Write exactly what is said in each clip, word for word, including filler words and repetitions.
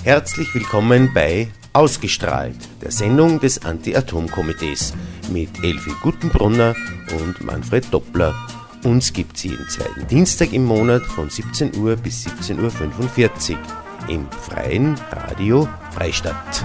Herzlich willkommen bei Ausgestrahlt, der Sendung des Anti-Atom-Komitees mit Elfi Guttenbrunner und Manfred Doppler. Uns gibt es jeden zweiten Dienstag im Monat von siebzehn Uhr bis siebzehn Uhr fünfundvierzig im freien Radio Freistadt.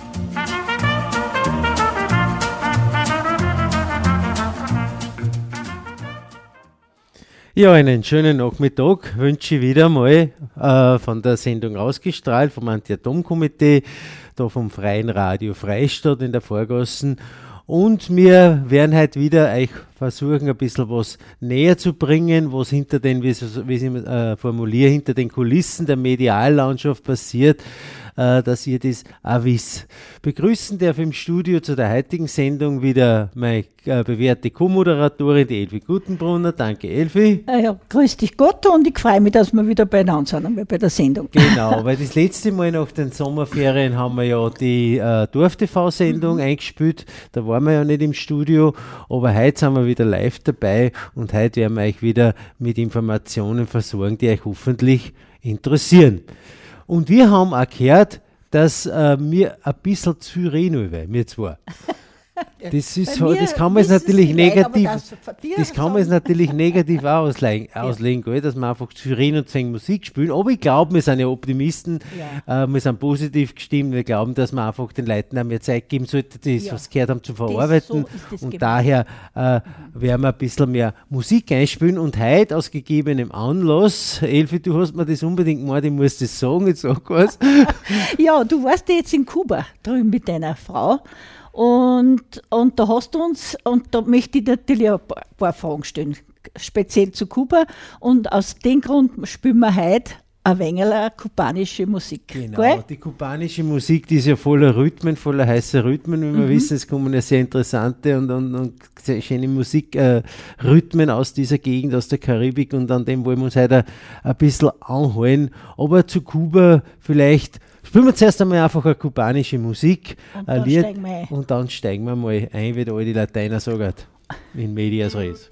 Ja, einen schönen Nachmittag wünsche ich wieder mal äh, von der Sendung Ausgestrahlt vom Anti-Atom-Komitee, da vom freien Radio Freistadt in der Vorgassen. Und wir werden heute wieder euch versuchen, ein bisschen was näher zu bringen, was hinter den, wie ich es äh, formuliere, hinter den Kulissen der Mediallandschaft passiert, äh, dass ihr das auch wisst. Begrüßen darf im Studio zu der heutigen Sendung wieder meine äh, bewährte Co-Moderatorin, die Elfi Guttenbrunner. Danke, Elfi. Ja, ja, grüß dich Gott, und ich freue mich, dass wir wieder beieinander sind, einmal bei der Sendung. Genau, weil das letzte Mal nach den Sommerferien haben wir ja die äh, Dorf-T V-Sendung mhm. eingespielt. Da waren wir ja nicht im Studio, aber heute sind wir wieder live dabei und heute werden wir euch wieder mit Informationen versorgen, die euch hoffentlich interessieren. Und wir haben auch gehört, dass äh, wir ein bisschen zu viel reden wollen, wir zwei. Das, ist, das kann man jetzt natürlich negativ, das, das kann man jetzt natürlich negativ auch auslegen, ja. auslegen gell, dass wir einfach zu reden und zu Musik spielen. Aber ich glaube, wir sind ja Optimisten, ja. Äh, wir sind positiv gestimmt, wir glauben, dass man einfach den Leuten auch mehr Zeit geben sollte, die ja. was sie gehört haben, zu verarbeiten. So und gemeint. Daher äh, werden wir ein bisschen mehr Musik einspielen. Und heute aus gegebenem Anlass, Elfi, du hast mir das unbedingt gemacht, ich muss das sagen, jetzt sag was. Ja, du warst ja jetzt in Kuba drüben mit deiner Frau. Und, und da hast du uns, und da möchte ich natürlich ein paar, paar Fragen stellen, speziell zu Kuba. Und aus dem Grund spielen wir heute ein wenig kubanische Musik. Genau, gell? Die kubanische Musik, die ist ja voller Rhythmen, voller heißer Rhythmen, wie wir mhm. wissen. Es kommen ja sehr interessante und, und, und sehr schöne Musikrhythmen äh, aus dieser Gegend, aus der Karibik, und an dem wollen wir uns heute ein, ein bisschen anhalten. Aber zu Kuba vielleicht spielen wir zuerst einmal einfach eine kubanische Musik, und ein dann Lied, steigen wir ein. Und dann steigen wir mal ein, wie der alte Lateiner sagt, in medias res.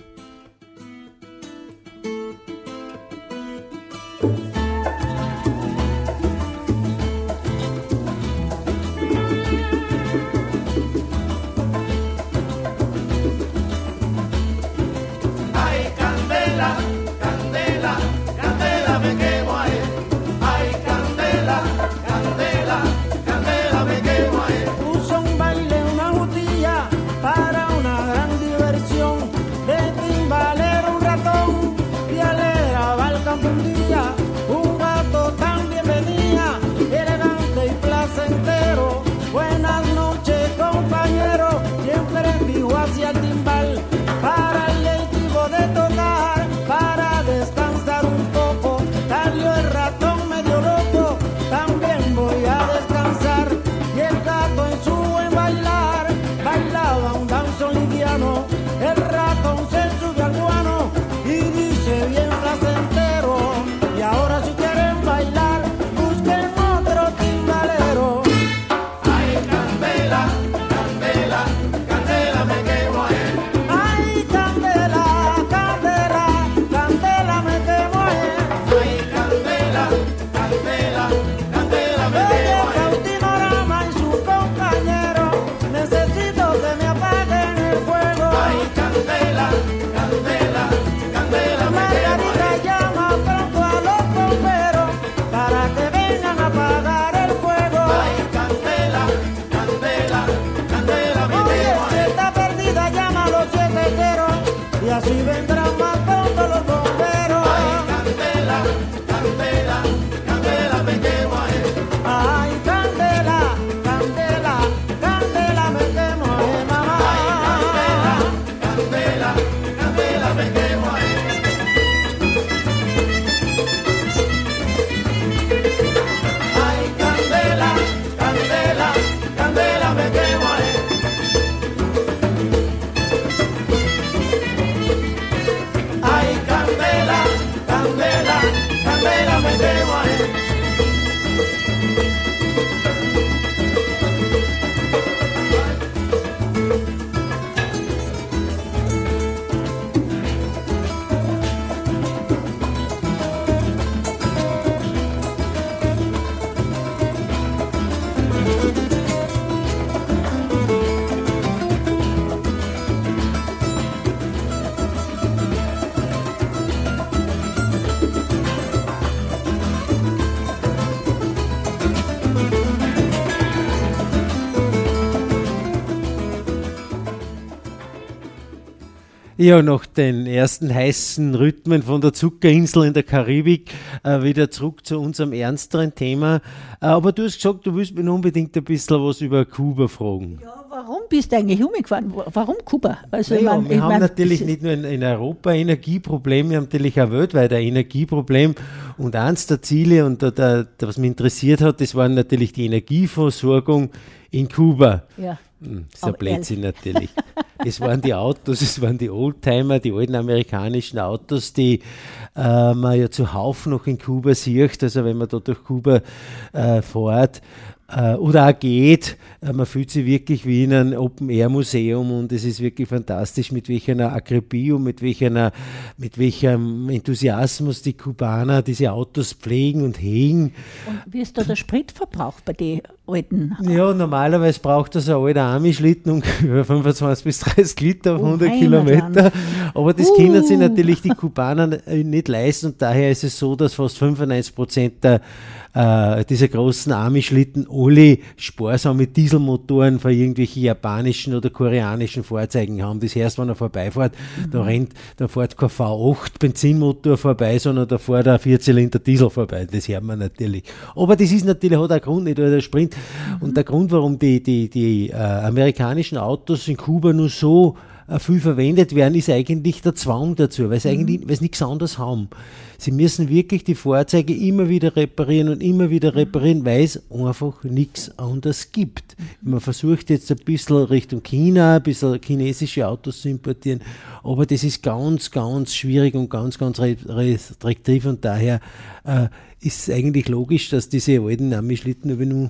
Ja, nach den ersten heißen Rhythmen von der Zuckerinsel in der Karibik äh, wieder zurück zu unserem ernsteren Thema. Äh, aber du hast gesagt, du willst mich unbedingt ein bisschen was über Kuba fragen. Ja, warum bist du eigentlich umgefahren? Warum Kuba? Also, naja, ich mein, wir ich haben mein, natürlich nicht nur in, in Europa ein Energieproblem, wir haben natürlich auch weltweit ein Energieproblem. Und eins der Ziele, und da, da, da, was mich interessiert hat, das war natürlich die Energieversorgung in Kuba. Ja. Hm, das ist ein Blödsinn natürlich. Es waren die Autos, es waren die Oldtimer, die alten amerikanischen Autos, die äh, man ja zuhauf noch in Kuba sieht. Also wenn man da durch Kuba äh, fährt äh, oder auch geht, äh, man fühlt sich wirklich wie in einem Open-Air-Museum und es ist wirklich fantastisch, mit welcher Akribie und mit, welcher, mit welchem Enthusiasmus die Kubaner diese Autos pflegen und hegen. Und wie ist da der Spritverbrauch bei den alten? Ja, normalerweise braucht das ein alter Army-Schlitten ungefähr fünfundzwanzig bis dreißig Liter auf Oh, hundert Heimatland. Kilometer. Aber das Uh. können sich natürlich die Kubaner nicht leisten und daher ist es so, dass fast fünfundneunzig Prozent der, äh, dieser großen Army-Schlitten alle sparsame Dieselmotoren von irgendwelchen japanischen oder koreanischen Fahrzeugen haben. Das heißt, wenn er vorbeifährt, mhm. da rennt, da fährt kein V acht Benzinmotor vorbei, sondern da fährt ein Vierzylinder Diesel vorbei. Das hört man natürlich. Aber das ist natürlich, hat einen Grund, nicht nur der Sprint. Mhm. Und der Grund, warum die, die, die äh, amerikanischen Autos in Kuba nur so äh, viel verwendet werden, ist eigentlich der Zwang dazu, weil sie mhm. eigentlich weil sie nichts anderes haben. Sie müssen wirklich die Fahrzeuge immer wieder reparieren und immer wieder reparieren, weil es einfach nichts anderes gibt. Man versucht jetzt ein bisschen Richtung China, ein bisschen chinesische Autos zu importieren, aber das ist ganz, ganz schwierig und ganz, ganz restriktiv und daher äh, ist es eigentlich logisch, dass diese alten Ami-Schlitten über nur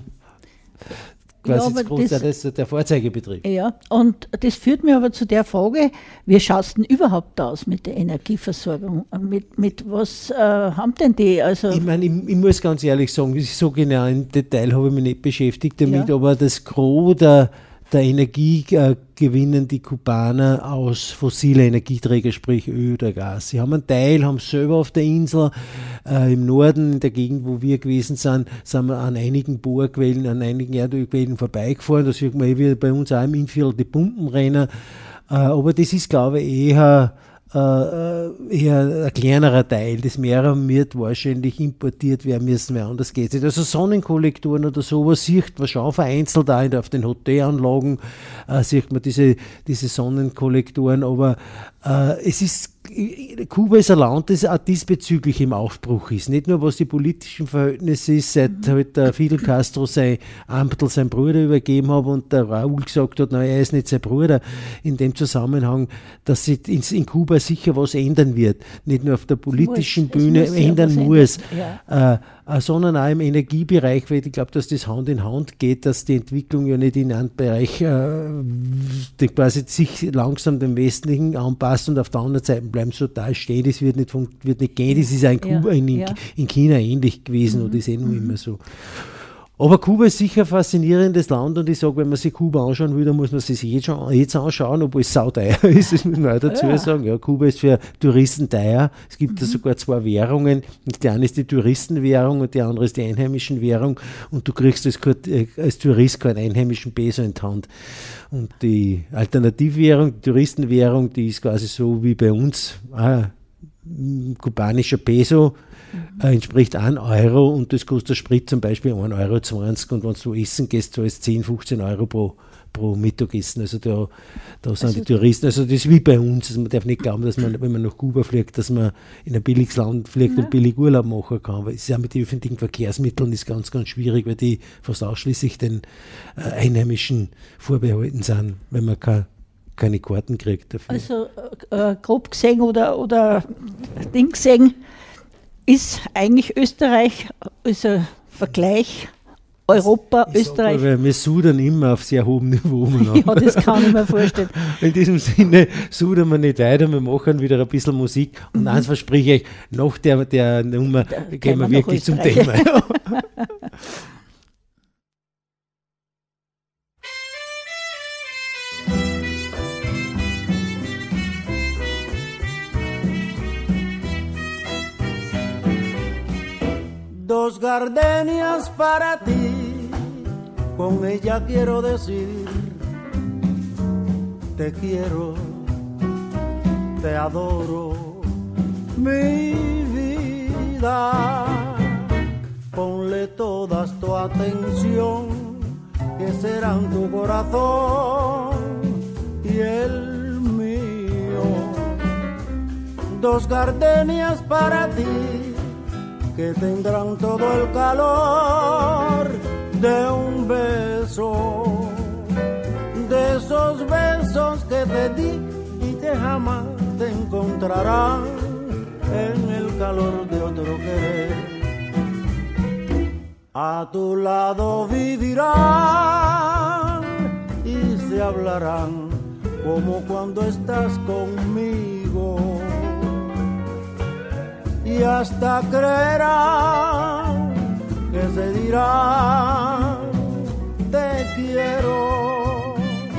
quasi Ja, das Großteil des, der Fahrzeugebetrieb. Ja, und das führt mir aber zu der Frage, wie schaut es denn überhaupt aus mit der Energieversorgung? Mit, mit was äh, haben denn die? Also Ich meine, ich, ich muss ganz ehrlich sagen, so genau im Detail habe ich mich nicht beschäftigt damit, ja. aber das Gros der, der Energie äh, gewinnen die Kubaner aus fossilen Energieträgern, sprich Öl oder Gas. Sie haben einen Teil, haben selber auf der Insel, äh, im Norden, in der Gegend, wo wir gewesen sind, sind wir an einigen Bohrquellen, an einigen Erdölquellen vorbeigefahren. Da sieht man eh wieder bei uns auch im Infield die Pumpenrenner. Äh, aber das ist, glaube ich, eher Uh, eher ein kleinerer Teil. Das Meer wird wahrscheinlich importiert werden müssen, weil anders geht es nicht. Also Sonnenkollektoren oder sowas sieht man schon vereinzelt auch auf den Hotelanlagen, uh, sieht man diese, diese Sonnenkollektoren, aber uh, es ist Kuba ist ein Land, das auch diesbezüglich im Aufbruch ist. Nicht nur was die politischen Verhältnisse ist, seit halt der Fidel Castro sein Amtel seinem Bruder übergeben hat und der Raúl gesagt hat, nein, er ist nicht sein Bruder. In dem Zusammenhang, dass sich in, in Kuba sicher was ändern wird. Nicht nur auf der politischen muss, Bühne muss ändern muss, ja. äh, äh, sondern auch im Energiebereich, weil ich glaube, dass das Hand in Hand geht, dass die Entwicklung ja nicht in einem Bereich äh, die quasi sich langsam dem Westlichen anpasst und auf der anderen Seite bleiben so da stehen, das wird nicht, wird nicht gehen, das ist auch in, Kuba, in, ja. in China ähnlich gewesen, mhm. oder ist eh noch mhm. immer so. Aber Kuba ist sicher ein faszinierendes Land und ich sage, wenn man sich Kuba anschauen will, dann muss man sich jetzt, schon, jetzt anschauen, obwohl es sauteuer ist, das muss man auch dazu ja. sagen. Ja, Kuba ist für Touristen teuer. Es gibt mhm. da sogar zwei Währungen. Die eine ist die Touristenwährung und die andere ist die einheimischen Währung und du kriegst als, als Tourist keinen einheimischen Peso in die Hand. Und die Alternativwährung, die Touristenwährung, die ist quasi so wie bei uns, ah, kubanischer Peso, Mhm. Äh, entspricht ein Euro und das kostet der Sprit zum Beispiel ein Euro zwanzig und wenn du essen gehst, zahlst du zehn, fünfzehn Euro pro, pro Mittagessen. Also da, da sind also die Touristen, also das ist wie bei uns. Also man darf nicht glauben, dass man, wenn man nach Kuba fliegt, dass man in ein billiges Land fliegt ja. und billig Urlaub machen kann. Weil es ist ja mit den öffentlichen Verkehrsmitteln ist ganz, ganz schwierig, weil die fast ausschließlich den äh, Einheimischen vorbehalten sind, wenn man kein keine Karten kriegt dafür. Also äh, grob gesehen oder, oder Ding gesehen, ist eigentlich Österreich, also Vergleich Europa, ich Österreich. Aber wir sudern immer auf sehr hohem Niveau. Ja, das kann ich mir vorstellen. In diesem Sinne sudern wir nicht weiter, wir machen wieder ein bisschen Musik und mhm. eins verspreche ich, nach der, der Nummer da gehen wir wirklich zum Thema. Dos gardenias para ti, con ella quiero decir, te quiero. te adoro, mi vida. Ponle todas tu atención, que serán tu corazón y el mío. Dos gardenias para ti, que tendrán todo el calor de un beso, de esos besos que te di y que jamás te encontrarán en el calor de otro querer. A tu lado vivirán y se hablarán como cuando estás conmigo, y hasta creerán que se dirán te quiero.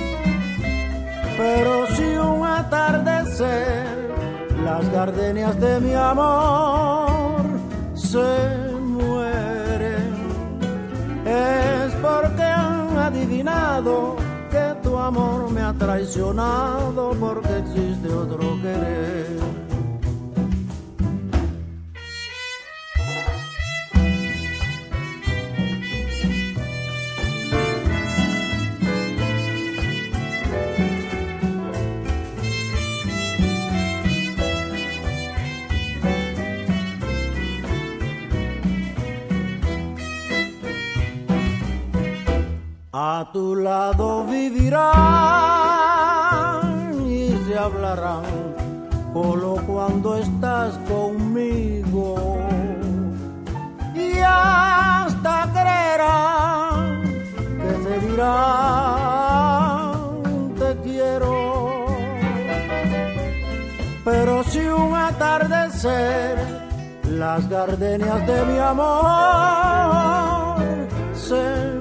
Pero si un atardecer las gardenias de mi amor se mueren, es porque han adivinado que tu amor me ha traicionado, porque existe otro querer. A tu lado vivirán y se hablarán solo cuando estás conmigo, y hasta creerán que se dirán te quiero. Pero si un atardecer las gardenias de mi amor se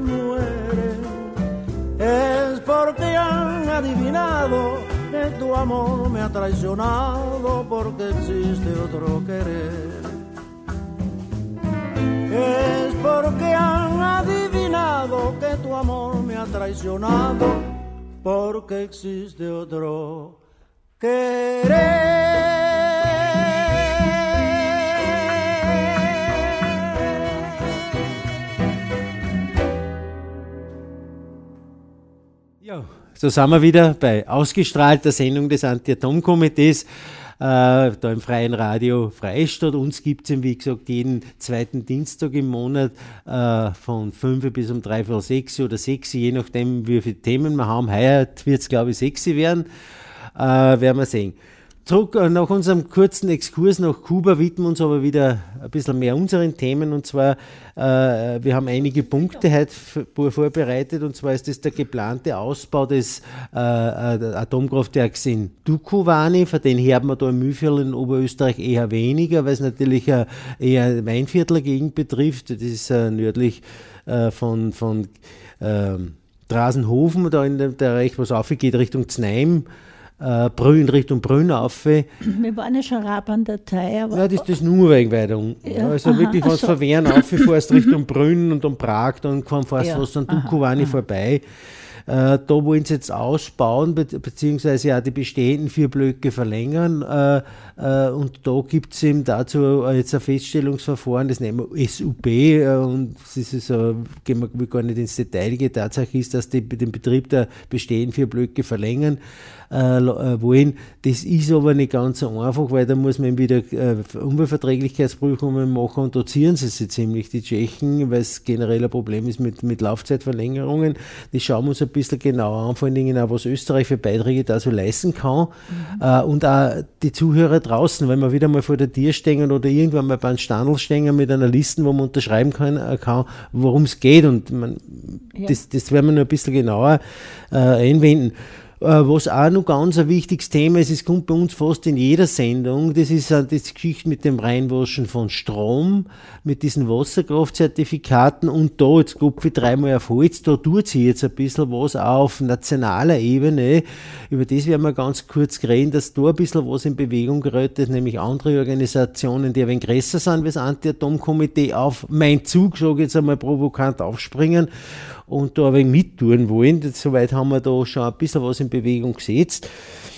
es porque han adivinado que tu amor me ha traicionado, porque existe otro querer. Es porque han adivinado que tu amor me ha traicionado, porque existe otro querer. Ja, so sind wir wieder bei Ausgestrahlt, der Sendung des Anti-Atom-Komitees, äh, da im Freien Radio Freistadt. Uns gibt es, wie gesagt, jeden zweiten Dienstag im Monat äh, von fünf bis um dreiviertel sechs oder sechs, je nachdem, wie viele Themen wir haben. Heuer wird es, glaube ich, sechs werden, äh, werden wir sehen. Zurück äh, nach unserem kurzen Exkurs nach Kuba widmen wir uns aber wieder ein bisschen mehr unseren Themen, und zwar, äh, wir haben einige Punkte heute vorbereitet, und zwar ist das der geplante Ausbau des äh, Atomkraftwerks in Dukovany, für den haben wir da im Mühlviertel in Oberösterreich eher weniger, weil es natürlich äh, eher Weinviertler-Gegend betrifft. Das ist äh, nördlich äh, von, von äh, Drasenhofen, da in der Bereich, was aufgeht, Richtung Znaim. Äh, Brünn, Richtung Brünn auf. Wir waren ja schon Rab an der Thei. Aber ja, das ist das nur wegen weiter unten. Ja, also aha, wirklich, wenn du so. von Wern auffährst Richtung Brünn und um Prag, dann fährst du ja, fast an Dukovany vorbei. Äh, da wollen sie jetzt ausbauen, be- beziehungsweise auch die bestehenden vier Blöcke verlängern. Äh, äh, und da gibt es eben dazu äh, jetzt ein Feststellungsverfahren, das nennen wir S U B. Äh, und das ist so, gehen wir gar nicht ins Detail. Die Tatsache ist, dass die den Betrieb der bestehenden vier Blöcke verlängern äh, wollen. Das ist aber nicht ganz so einfach, weil da muss man wieder äh, Umweltverträglichkeitsprüfungen machen, und da ziehen sie sich ziemlich, die Tschechen, weil es generell ein Problem ist mit, mit Laufzeitverlängerungen. Das schauen wir uns ein bisschen genauer an, vor allen Dingen auch, was Österreich für Beiträge da so leisten kann. Mhm. Äh, und auch die Zuhörer draußen, wenn wir wieder mal vor der Tür stehen oder irgendwann mal beim Standel stehen mit einer Liste, wo man unterschreiben kann, äh, kann worum es geht. Und man, ja. das, das werden wir noch ein bisschen genauer äh, einwenden. Was auch noch ganz ein wichtiges Thema ist, es kommt bei uns fast in jeder Sendung, das ist die Geschichte mit dem Reinwaschen von Strom, mit diesen Wasserkraftzertifikaten, und da, jetzt Kopf dreimal auf Holz, da tut sich jetzt ein bisschen was auch auf nationaler Ebene. Über das werden wir ganz kurz reden, dass da ein bisschen was in Bewegung gerät, dass nämlich andere Organisationen, die ein wenig größer sind wie das Anti-Atom-Komitee, auf mein Zug, sage ich jetzt einmal provokant, aufspringen und da ein wenig mittun wollen. Soweit haben wir da schon ein bisschen was in Bewegung gesetzt.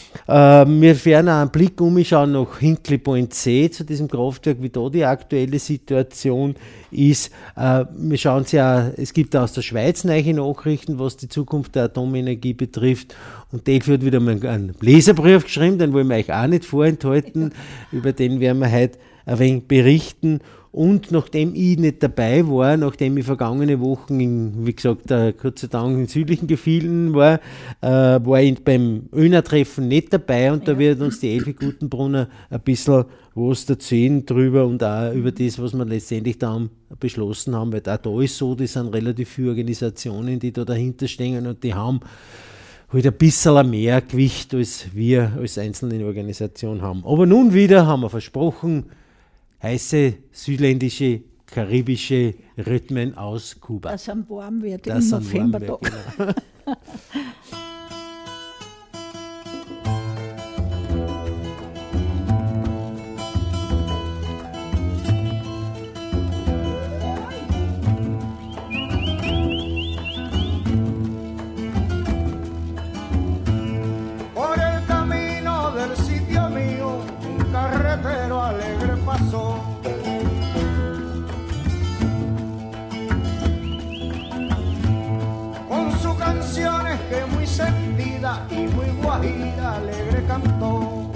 Äh, wir werden auch einen Blick umschauen nach Hinkley Point C, zu diesem Kraftwerk, wie da die aktuelle Situation ist. Äh, wir schauen uns ja, es gibt aus der Schweiz neue Nachrichten, was die Zukunft der Atomenergie betrifft. Und Delphi hat wieder mal einen Leserbrief geschrieben, den wollen wir euch auch nicht vorenthalten. Über den werden wir heute ein wenig berichten. Und nachdem ich nicht dabei war, nachdem ich vergangene Wochen, in, wie gesagt, äh, Gott sei Dank in südlichen Gefilden war, äh, war ich beim Öner-Treffen nicht dabei und ja. Da wird uns die Elfi Gutenbrunner ein bisschen was erzählen drüber und auch über das, was wir letztendlich da beschlossen haben, weil auch da ist so, das sind relativ viele Organisationen, die da dahinter stehen und die haben halt ein bisschen mehr Gewicht, als wir als einzelne Organisation haben. Aber nun wieder haben wir versprochen, heiße südländische, karibische Rhythmen aus Kuba. Das am warm wird das im November. Warm wird, genau. Por el camino del sitio mío, un carretero alegre pasó. Con sus canciones que muy sentida y muy guajira alegre cantó.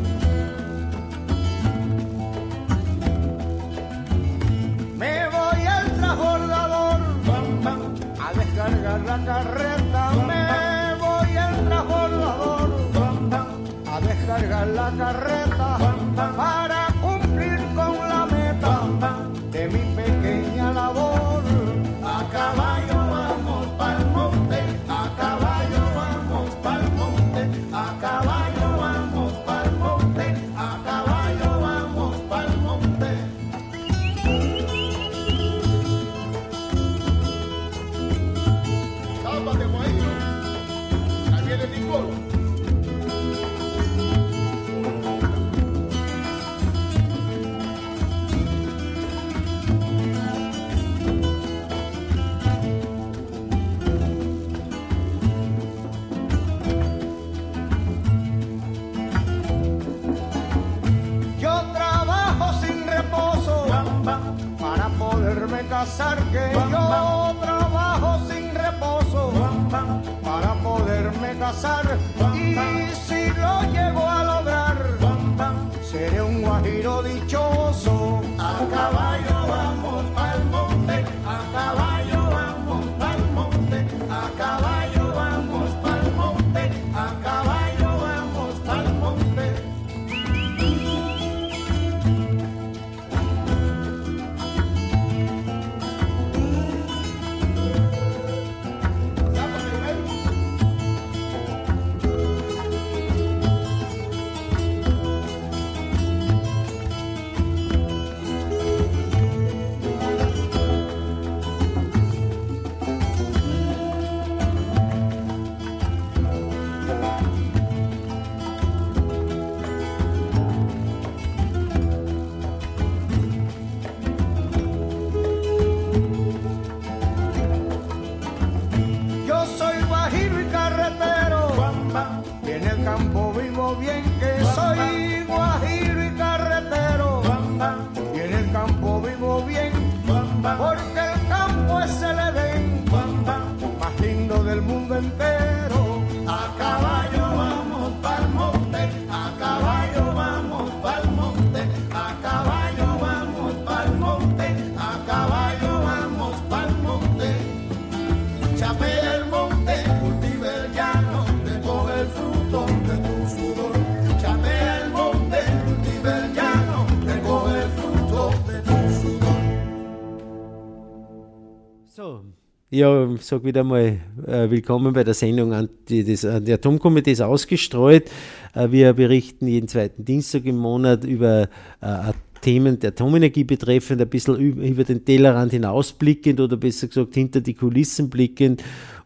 Me voy al transbordador bam, bam, a descargar la carreta. Me voy al transbordador bam, bam, a descargar la carreta bam, bam, para cumplir con la meta bam, bam, de mi pequeña labor. A caballo vamos pa'l monte, a caballo vamos pa'l monte, a caballo vamos pa'l monte, a caballo vamos pa'l monte. Cálmate, maestro, ahí viene Nicolo. Casar que bam, yo bam, trabajo sin reposo bam, bam, para poderme casar bam, y bam, si lo llego a lograr bam, bam, seré un guajiro dichoso. A caballo vamos pa'l monte, a caballo vamos pa'l monte, a caballo vamos pa'l monte, a caballo vamos pa'l monte. Ja, ich sage wieder mal äh, willkommen bei der Sendung an die, das, an die Atomkomitee ist ausgestreut. Äh, wir berichten jeden zweiten Dienstag im Monat über äh, Themen der Atomenergie betreffend, ein bisschen über, über den Tellerrand hinausblickend oder besser gesagt hinter die Kulissen blickend.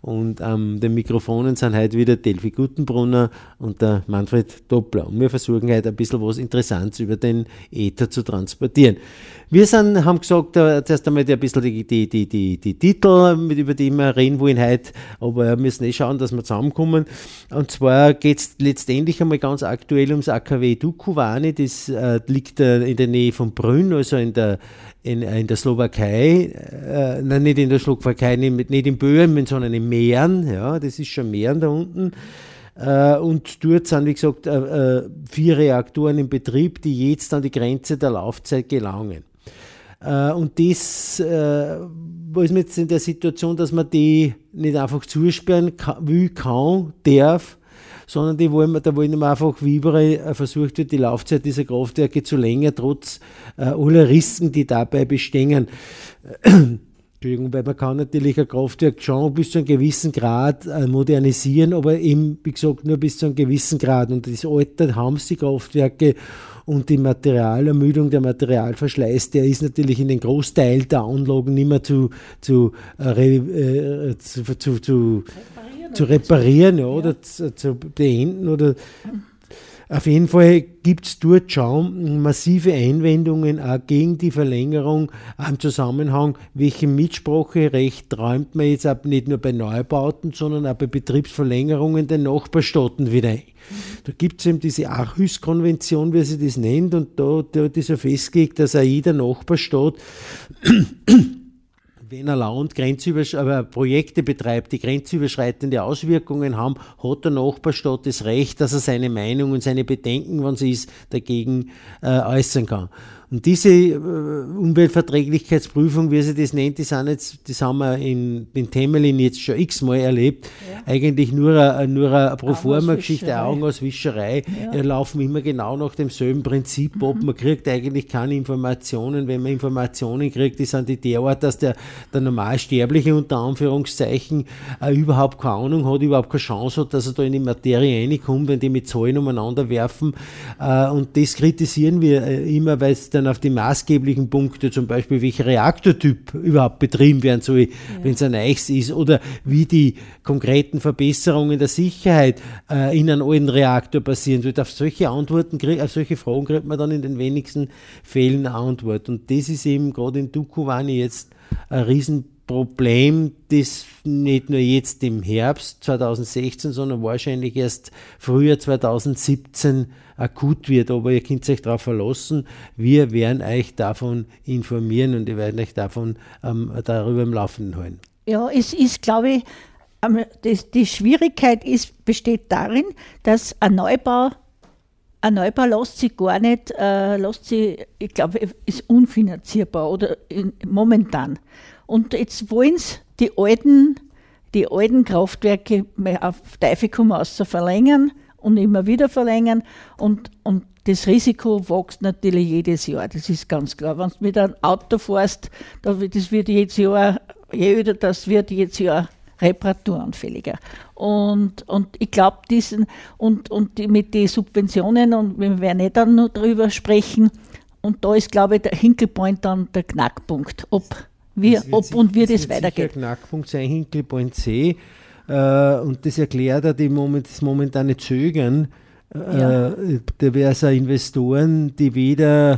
Und an ähm, den Mikrofonen sind heute wieder die Elfi Guttenbrunner und der Manfred Doppler. Und wir versuchen heute ein bisschen was Interessantes über den Äther zu transportieren. Wir sind, haben gesagt, äh, zuerst einmal die, ein bisschen die, die, die, die, die Titel, mit, über die wir reden wollen heute, aber wir müssen eh schauen, dass wir zusammenkommen. Und zwar geht es letztendlich einmal ganz aktuell ums A K W Dukovany. Das äh, liegt äh, in der Nähe von Brünn, also in der In, in der Slowakei, äh, nein, nicht in der Slowakei, nicht, nicht in Böhmen, sondern in Mähren, ja, das ist schon Mähren da unten. Äh, und dort sind, wie gesagt, äh, äh, vier Reaktoren in Betrieb, die jetzt an die Grenze der Laufzeit gelangen. Äh, und das äh, ist jetzt in der Situation, dass man die nicht einfach zusperren kann, will, kann, darf, sondern die wollen wir, da wollen wir einfach, wie überall versucht wird, die Laufzeit dieser Kraftwerke zu länger, trotz äh, aller Risiken, die dabei bestehen. Entschuldigung, weil man kann natürlich ein Kraftwerk schon bis zu einem gewissen Grad äh, modernisieren, aber eben, wie gesagt, nur bis zu einem gewissen Grad. Und das Alter haben sie Kraftwerke und die Materialermüdung, der Materialverschleiß, der ist natürlich in den Großteil der Anlagen nicht mehr zu, zu, äh, äh, zu, zu, zu zu reparieren, ja, oder ja. Zu, zu beenden. Oder auf jeden Fall gibt es dort schon massive Einwendungen auch gegen die Verlängerung im Zusammenhang, welche Mitspracherecht räumt man jetzt ab, nicht nur bei Neubauten, sondern auch bei Betriebsverlängerungen den Nachbarstaaten wieder ein. Da gibt es eben diese Aarhus-Konvention, wie sie das nennt, und da, da ist ja festgelegt, dass auch jeder Nachbarstaat wenn er Land grenzübersch- aber Projekte betreibt, die grenzüberschreitende Auswirkungen haben, hat der Nachbarstaat das Recht, dass er seine Meinung und seine Bedenken, wenn sie ist, dagegen äh, äußern kann. Und diese äh, Umweltverträglichkeitsprüfung, wie sie das nennt, die, sind jetzt, das haben wir in, in Temelin jetzt schon x-mal erlebt. Ja. Eigentlich nur eine, nur eine Proforma-Geschichte, Augenauswischerei. Ja. Wir laufen immer genau nach demselben Prinzip mhm. ab. Man kriegt eigentlich keine Informationen. Wenn man Informationen kriegt, die sind die derart, dass der, der Normalsterbliche unter Anführungszeichen äh, überhaupt keine Ahnung hat, überhaupt keine Chance hat, dass er da in die Materie reinkommt, wenn die mit Zahlen umeinander werfen. Äh, und das kritisieren wir äh, immer, weil es dann auf die maßgeblichen Punkte, zum Beispiel welcher Reaktortyp überhaupt betrieben werden soll, ja. wenn es ein Eichs ist, oder wie die konkreten Verbesserungen der Sicherheit äh, in einem alten Reaktor passieren soll. Auf solche Antworten, auf solche Fragen kriegt man dann in den wenigsten Fällen eine Antwort. Und das ist eben gerade in Dukovany jetzt ein Riesenproblem, das nicht nur jetzt im Herbst zweitausendsechzehn, sondern wahrscheinlich erst Frühjahr zweitausendsiebzehn akut wird. Aber ihr könnt euch darauf verlassen, wir werden euch davon informieren und wir werden euch davon ähm, darüber im Laufenden halten. Ja, es ist, glaube ich, das, die Schwierigkeit ist, besteht darin, dass ein Neubau, ein Neubau lässt sich gar nicht, äh, lässt sich, ich glaube, ist unfinanzierbar oder in, momentan. Und jetzt wollen sie die alten, die alten Kraftwerke auf Teufel komm raus verlängern und immer wieder verlängern. Und, und das Risiko wächst natürlich jedes Jahr, das ist ganz klar. Wenn du mit einem Auto fährst, das wird jedes Jahr, je öder das wird, jedes Jahr reparaturanfälliger. Und, und ich glaube, diesen, und, und die, mit den Subventionen, und wir werden nicht dann noch darüber sprechen, und da ist, glaube ich, der Hinkelpoint dann der Knackpunkt, ob wir, ob und wie das, das weitergeht. Der Knackpunkt sein, Hinkelpoint C, äh, und das erklärt auch die Moment, das momentane Zögern. Ja. Äh, da wäre es auch Investoren, die weder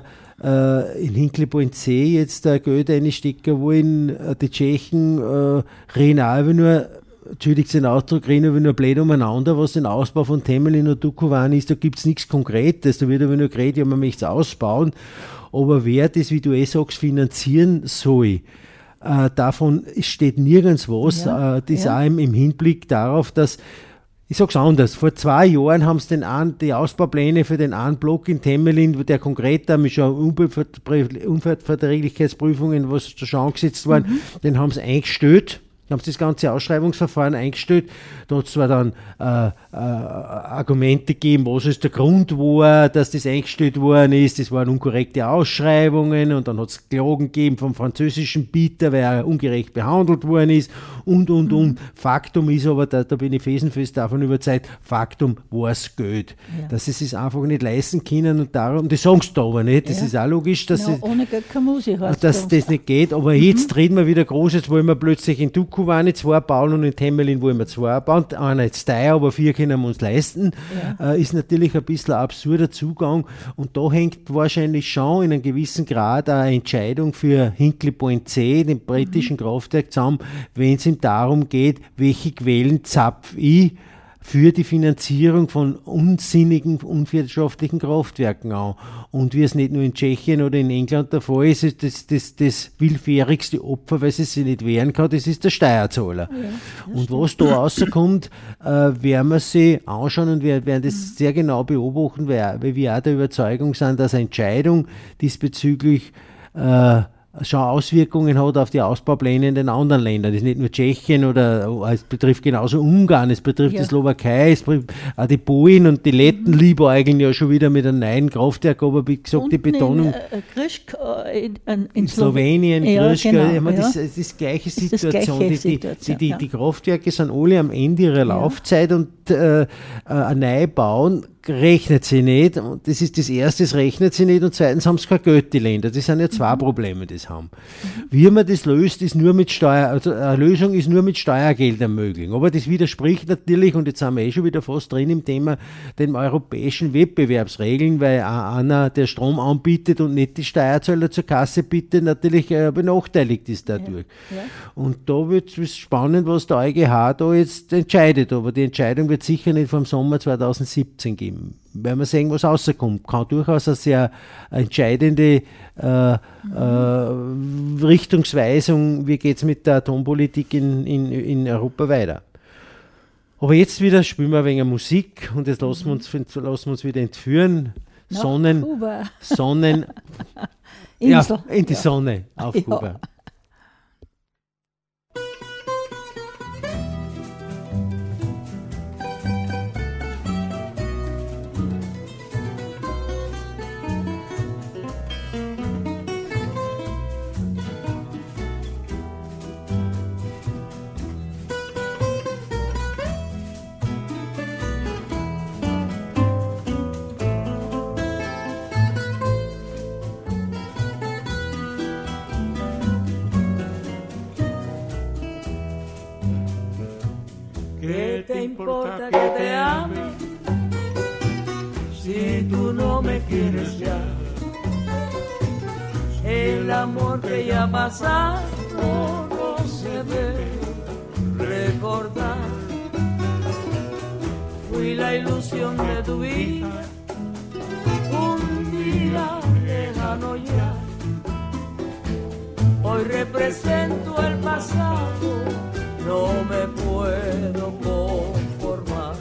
äh, in Hinkelpoint C jetzt äh, Geld einstecken wollen, äh, die Tschechen äh, reden auch nur, entschuldigt den Ausdruck, reden aber nur blöd umeinander, was den Ausbau von Temelin und Dukovany ist. Da gibt es nichts Konkretes, da wird aber nur geredet, ja, man möchte es ausbauen. Aber wer das, wie du eh sagst, finanzieren soll, äh, davon steht nirgends was. Ja, äh, das ja. auch im, im Hinblick darauf, dass, ich sage es anders, vor zwei Jahren haben sie den einen, die Ausbaupläne für den einen Block in Temelin, der konkret da mit schon Umweltverträglichkeitsprüfungen, was schon angesetzt worden, mhm. den haben sie eingestellt. Haben sie das ganze Ausschreibungsverfahren eingestellt. Da hat es zwar dann äh, äh, Argumente gegeben, was ist der Grund war, dass das eingestellt worden ist. Das waren unkorrekte Ausschreibungen, und dann hat es Klagen gegeben vom französischen Bieter, weil er ungerecht behandelt worden ist, und, und, mhm. und. Faktum ist aber, da, da bin ich felsenfest davon überzeugt, Faktum war es Geld. Ja. Dass sie es einfach nicht leisten können, und darum, das sagen sie da aber nicht, das ja. ist auch logisch, dass, ja, es, ohne Geld keine Musik, dass das nicht geht, aber mhm. jetzt reden wir wieder groß, jetzt wollen wir plötzlich in Duck Turku wollen wir zwei bauen und in Temelin wollen wir zwei bauen. Einer jetzt teuer, aber vier können wir uns leisten. Ja. Äh, ist natürlich ein bisschen ein absurder Zugang. Und da hängt wahrscheinlich schon in einem gewissen Grad eine Entscheidung für Hinkley Point C, den britischen mhm. Kraftwerk, zusammen, wenn es ihm darum geht, welche Quellen zapf ich für die Finanzierung von unsinnigen, unwirtschaftlichen Kraftwerken an. Und wie es nicht nur in Tschechien oder in England der Fall ist, ist das, das, das willfährigste Opfer, weil es sich nicht wehren kann, das ist der Steuerzahler. Ja, und was da rauskommt, äh, werden wir sich anschauen und wir werden das mhm. sehr genau beobachten, weil, weil wir auch der Überzeugung sind, dass eine Entscheidung diesbezüglich äh, schon Auswirkungen hat auf die Ausbaupläne in den anderen Ländern. Das ist nicht nur Tschechien oder es betrifft genauso Ungarn, es betrifft ja. die Slowakei, es betrifft auch die Polen und die Letten mhm. lieber eigentlich ja schon wieder mit einem neuen Kraftwerk, aber wie gesagt, die Betonung. In, äh, Krischk, äh, in, in, in Slowenien, ja, Krischk, genau, ich meine, ja. das, das ist die gleiche das Situation. Gleiche die, Situation die, die, ja. die Kraftwerke sind alle am Ende ihrer ja. Laufzeit und äh, ein Neubauen rechnet sie nicht. Und das ist das Erste, es rechnet sie nicht und zweitens haben sie kein Geld, die Länder. Das sind ja zwei mhm. Probleme, die sie haben. Mhm. Wie man das löst, ist nur mit Steuer, also eine Lösung ist nur mit Steuergeldern möglich. Aber das widerspricht natürlich, und jetzt sind wir eh schon wieder fast drin im Thema, den europäischen Wettbewerbsregeln, weil einer, der Strom anbietet und nicht die Steuerzahler zur Kasse bittet, natürlich äh, benachteiligt ist dadurch. Ja. Ja. Und da wird es spannend, was der EuGH da jetzt entscheidet. Aber die Entscheidung wird sicher nicht vom Sommer zweitausendsiebzehn geben. Werden wir sehen, was rauskommt. Kann durchaus eine sehr entscheidende äh, mhm. äh, Richtungsweisung, wie geht es mit der Atompolitik in, in, in Europa weiter. Aber jetzt wieder spielen wir ein wenig Musik und jetzt lassen wir uns, lassen wir uns wieder entführen. Nach Sonnen, Kuba. Sonnen, ja, in die ja. Sonne auf ja. Kuba. ¿Qué te importa que te ame si tú no me quieres ya? El amor que ya ha pasado no se debe recordar. Fui la ilusión de tu vida, un día lejano ya. Hoy represento el pasado, no me puedo conformar.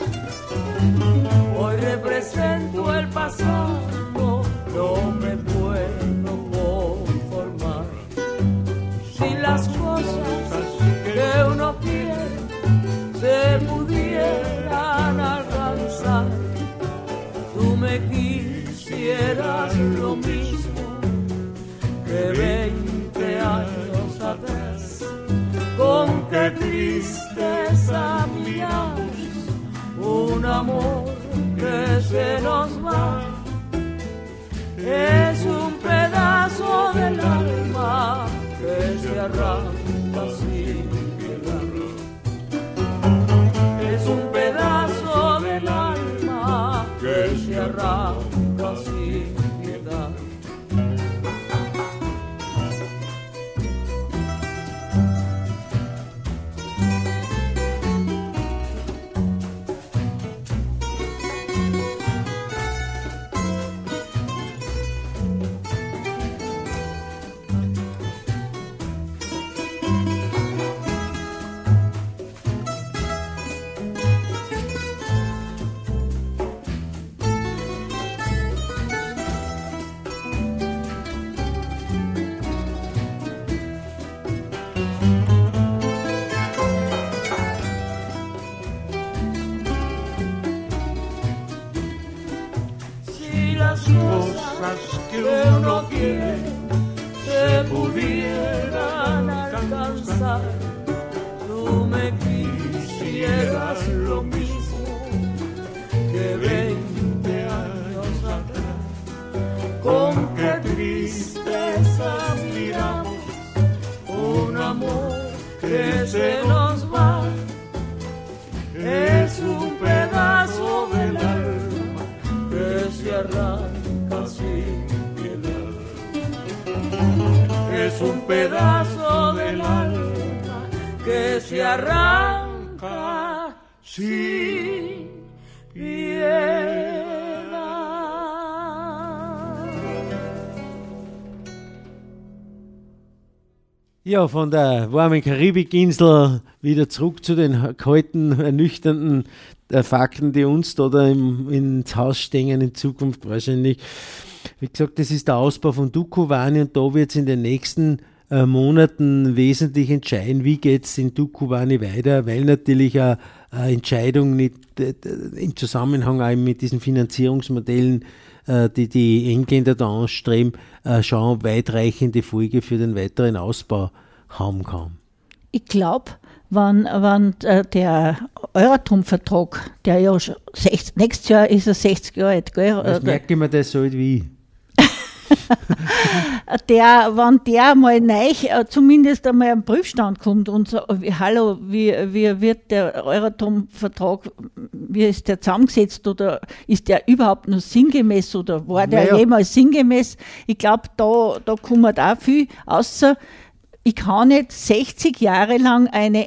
Hoy represento el pasado, no me puedo conformar. Si las cosas que uno quiere se pudieran alcanzar, tú me quisieras lo mismo que veinte años atrás. Con qué tristeza miramos un amor que se nos va. Es un pedazo del alma que se arranca sin piedad. Es un pedazo del alma que se arranca sin piedad. se nos va, es un pedazo del alma que se arranca sin piedad. Es un pedazo del alma que se arranca sin piedad. Ja, von der warmen Karibikinsel wieder zurück zu den kalten, ernüchternden äh, Fakten, die uns da, da im, ins Haus stehen in Zukunft wahrscheinlich. Wie gesagt, das ist der Ausbau von Dukovany und da wird es in den nächsten äh, Monaten wesentlich entscheiden, wie geht es in Dukovany weiter, weil natürlich eine, eine Entscheidung nicht, äh, im Zusammenhang auch mit diesen Finanzierungsmodellen, äh, die die Engländer da anstreben, äh, schon weitreichende Folge für den weiteren Ausbau haben kann. Ich glaube, wenn, wenn äh, der Euratom-Vertrag, der ja schon sechzig, nächstes Jahr ist er sechzig Jahre alt, gell? Das merke ich mir das so alt wie ich. der, wenn der mal neu, äh, zumindest einmal am Prüfstand kommt und so, wie, hallo, wie, wie wird der Euratom-Vertrag, wie ist der zusammengesetzt oder ist der überhaupt noch sinngemäß oder war der naja. jemals sinngemäß? Ich glaube, da, da kommt auch viel, außer ich kann nicht sechzig Jahre lang eine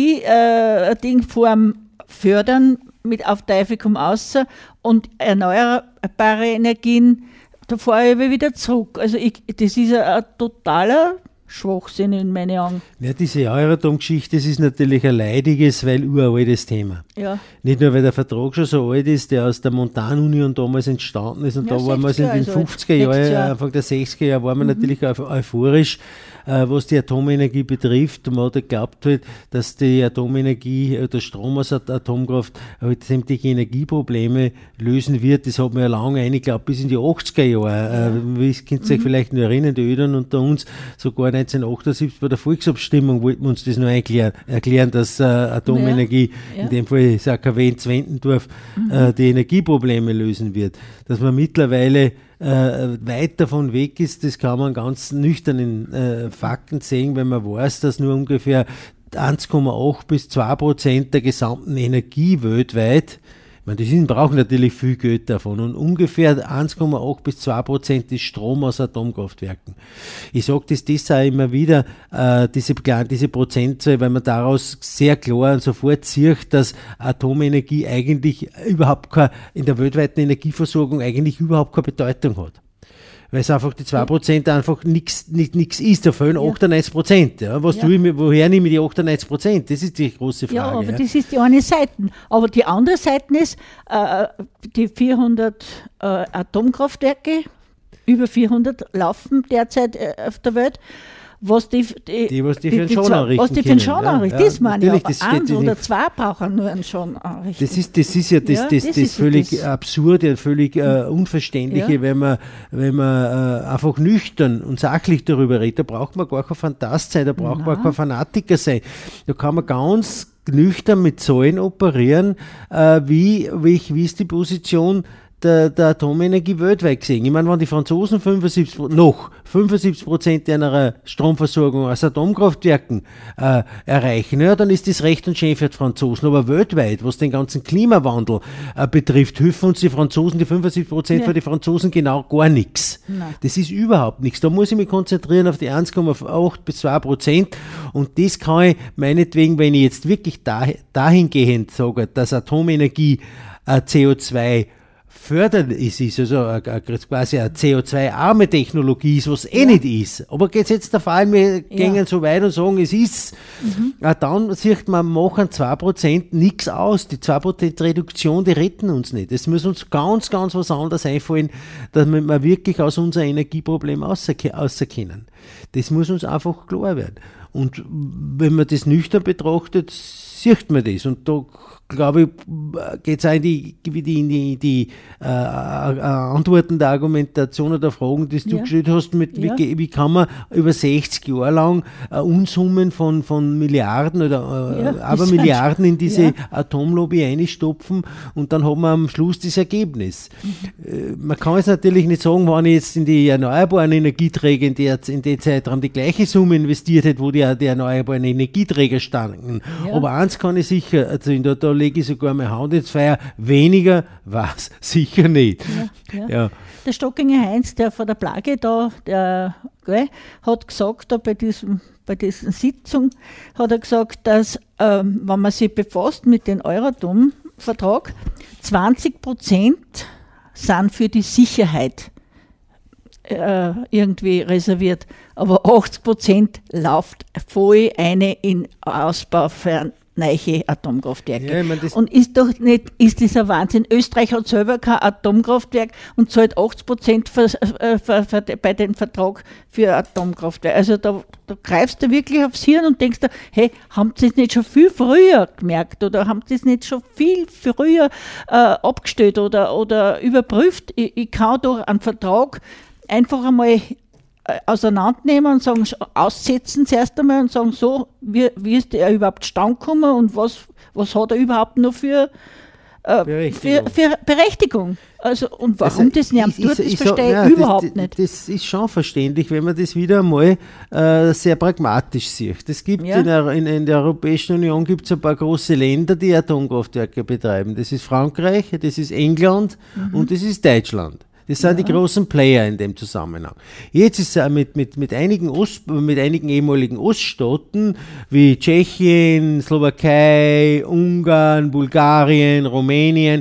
Energie-Dingform äh, fördern, mit auf Teufel komm außer und erneuerbare Energien, da fahre ich wieder zurück. Also ich, das ist ein, ein totaler Schwachsinn in meinen Augen. Ja, diese Euratom-Geschichte, das ist natürlich ein leidiges, weil uraltes Thema. Ja. Nicht nur, weil der Vertrag schon so alt ist, der aus der Montanunion damals entstanden ist und Ja, da waren wir in den sechzig Jahre fünfziger alt. Jahren, Jahr. Anfang der sechziger Jahre, waren wir mhm. natürlich eu- euphorisch, äh, was die Atomenergie betrifft. Und man hat geglaubt, halt, dass die Atomenergie, äh, der Strom aus der Atomkraft halt sämtliche Energieprobleme lösen wird. Das hat man ja lange eingeglaubt, bis in die achtziger Jahre. Äh, wie könnt ihr euch mhm. vielleicht noch erinnern, die Eltern unter uns, sogar neunzehnhundertachtundsiebzig bei der Volksabstimmung wollten wir uns das noch erklären, erklären dass äh, Atomenergie, ja. Ja. in dem Fall das A K W in Zwentendorf, mhm. äh, die Energieprobleme lösen wird. Dass man mittlerweile äh, weit davon weg ist, das kann man ganz nüchtern in äh, Fakten sehen, wenn man weiß, dass nur ungefähr eins Komma acht bis zwei Prozent der gesamten Energie weltweit, ich meine, die brauchen natürlich viel Geld davon und ungefähr eins Komma acht bis zwei Prozent ist Strom aus Atomkraftwerken. Ich sage das deshalb immer wieder, äh, diese, diese Prozentzahl, weil man daraus sehr klar und sofort sieht, dass Atomenergie eigentlich überhaupt keine, in der weltweiten Energieversorgung eigentlich überhaupt keine Bedeutung hat. Weil es einfach die zwei Prozent einfach nichts nicht, ist, da fehlen ja. achtundneunzig Prozent. Ja. Was ja. tue ich mir, woher nehme ich die achtundneunzig Prozent? Das ist die große Frage. Ja, aber ja. das ist die eine Seite. Aber die andere Seite ist, äh, die vierhundert äh, Atomkraftwerke, über vierhundert laufen derzeit äh, auf der Welt. Was die, die, die, was die für einen Schaden anrichten Was die für einen Schaden ja, anrichten, ja, das meine ich. Aber das eins steht, oder zwei brauchen nur einen Schaden anrichten. Das ist, das ist ja das, ja, das, das, das das ist völlig das. Absurde, völlig äh, Unverständliche, Ja. wenn man, wenn man äh, einfach nüchtern und sachlich darüber redet. Da braucht man gar kein Fantast sein, da braucht Nein. man kein Fanatiker sein. Da kann man ganz nüchtern mit Zahlen operieren, äh, wie, wie, wie ist die Position Der, der Atomenergie weltweit gesehen. Ich meine, wenn die Franzosen fünfundsiebzig, noch fünfundsiebzig Prozent ihrer Stromversorgung aus Atomkraftwerken äh, erreichen, ja, dann ist das recht und schön für die Franzosen. Aber weltweit, was den ganzen Klimawandel äh, betrifft, helfen uns die Franzosen, die fünfundsiebzig Prozent Ja. für die Franzosen genau gar nichts. Nein. Das ist überhaupt nichts. Da muss ich mich konzentrieren auf die eins Komma acht bis zwei Prozent und das kann ich meinetwegen, wenn ich jetzt wirklich da, dahingehend sage, dass Atomenergie äh, C O zwei fördern ist, ist also a, a, quasi eine C O zwei arme Technologie ist, was eh Ja. nicht ist. Aber geht's jetzt der Fall, wir gehen Ja. so weit und sagen, es ist, Mhm. äh, dann sieht man, machen zwei Prozent nichts aus. Die zwei Prozent Reduktion, die retten uns nicht. Es muss uns ganz, ganz was anderes einfallen, damit wir wirklich aus unserem Energieproblem rauskommen. Das muss uns einfach klar werden. Und wenn man das nüchtern betrachtet, sieht man das. Und da glaube ich, geht es auch in die, in die, in die, die äh, äh, Antworten der Argumentation oder der Fragen, die du Ja. gestellt hast, mit Ja. wie, wie kann man über sechzig Jahre lang äh, Unsummen von, von Milliarden oder äh, Ja, aber das Milliarden in diese ja. Atomlobby einstopfen und dann haben wir am Schluss das Ergebnis. Mhm. Äh, man kann es natürlich nicht sagen, wenn ich jetzt in die erneuerbaren Energieträger in der, in der Zeitraum die gleiche Summe investiert hätte, wo die, die erneuerbaren Energieträger standen. Ja. Aber eins kann ich sicher erzählen, da, da lege ich sogar meine Hand ins Feuer, weniger war es sicher nicht. Ja, ja. Ja. Der Stockinger Heinz, der von der Plage da, der, gell, hat gesagt, da bei, diesem, bei dieser Sitzung, hat er gesagt, dass, ähm, wenn man sich befasst mit dem Euratom-Vertrag, zwanzig Prozent sind für die Sicherheit äh, irgendwie reserviert, aber achtzig Prozent läuft voll eine in Ausbau für neue Atomkraftwerke. Ja, ich mein, das- und ist doch nicht, ist das ein Wahnsinn. Österreich hat selber kein Atomkraftwerk und zahlt achtzig Prozent für, äh, für, für, bei dem Vertrag für Atomkraftwerke. Also da, da greifst du wirklich aufs Hirn und denkst dir, hey, haben sie das nicht schon viel früher gemerkt oder haben sie das nicht schon viel früher äh, abgestellt oder, oder überprüft? Ich, ich kann doch einen Vertrag einfach einmal auseinandernehmen und sagen, aussetzen zuerst einmal und sagen, so, wie, wie ist der überhaupt zustande gekommen und was, was hat er überhaupt noch für, äh, Berechtigung. für, für Berechtigung? Also, und warum Also, das nicht ich- tut, ich- das ich verstehe sag- ich ja, überhaupt das, nicht. Das ist schon verständlich, wenn man das wieder einmal äh, sehr pragmatisch sieht. Es gibt Ja. in, der, in, in der Europäischen Union gibt es ein paar große Länder, die Atomkraftwerke betreiben. Das ist Frankreich, das ist England und das ist Deutschland. Das sind die großen Player in dem Zusammenhang. Jetzt ist es mit, mit, mit, einigen Ost, mit einigen ehemaligen Oststaaten wie Tschechien, Slowakei, Ungarn, Bulgarien, Rumänien,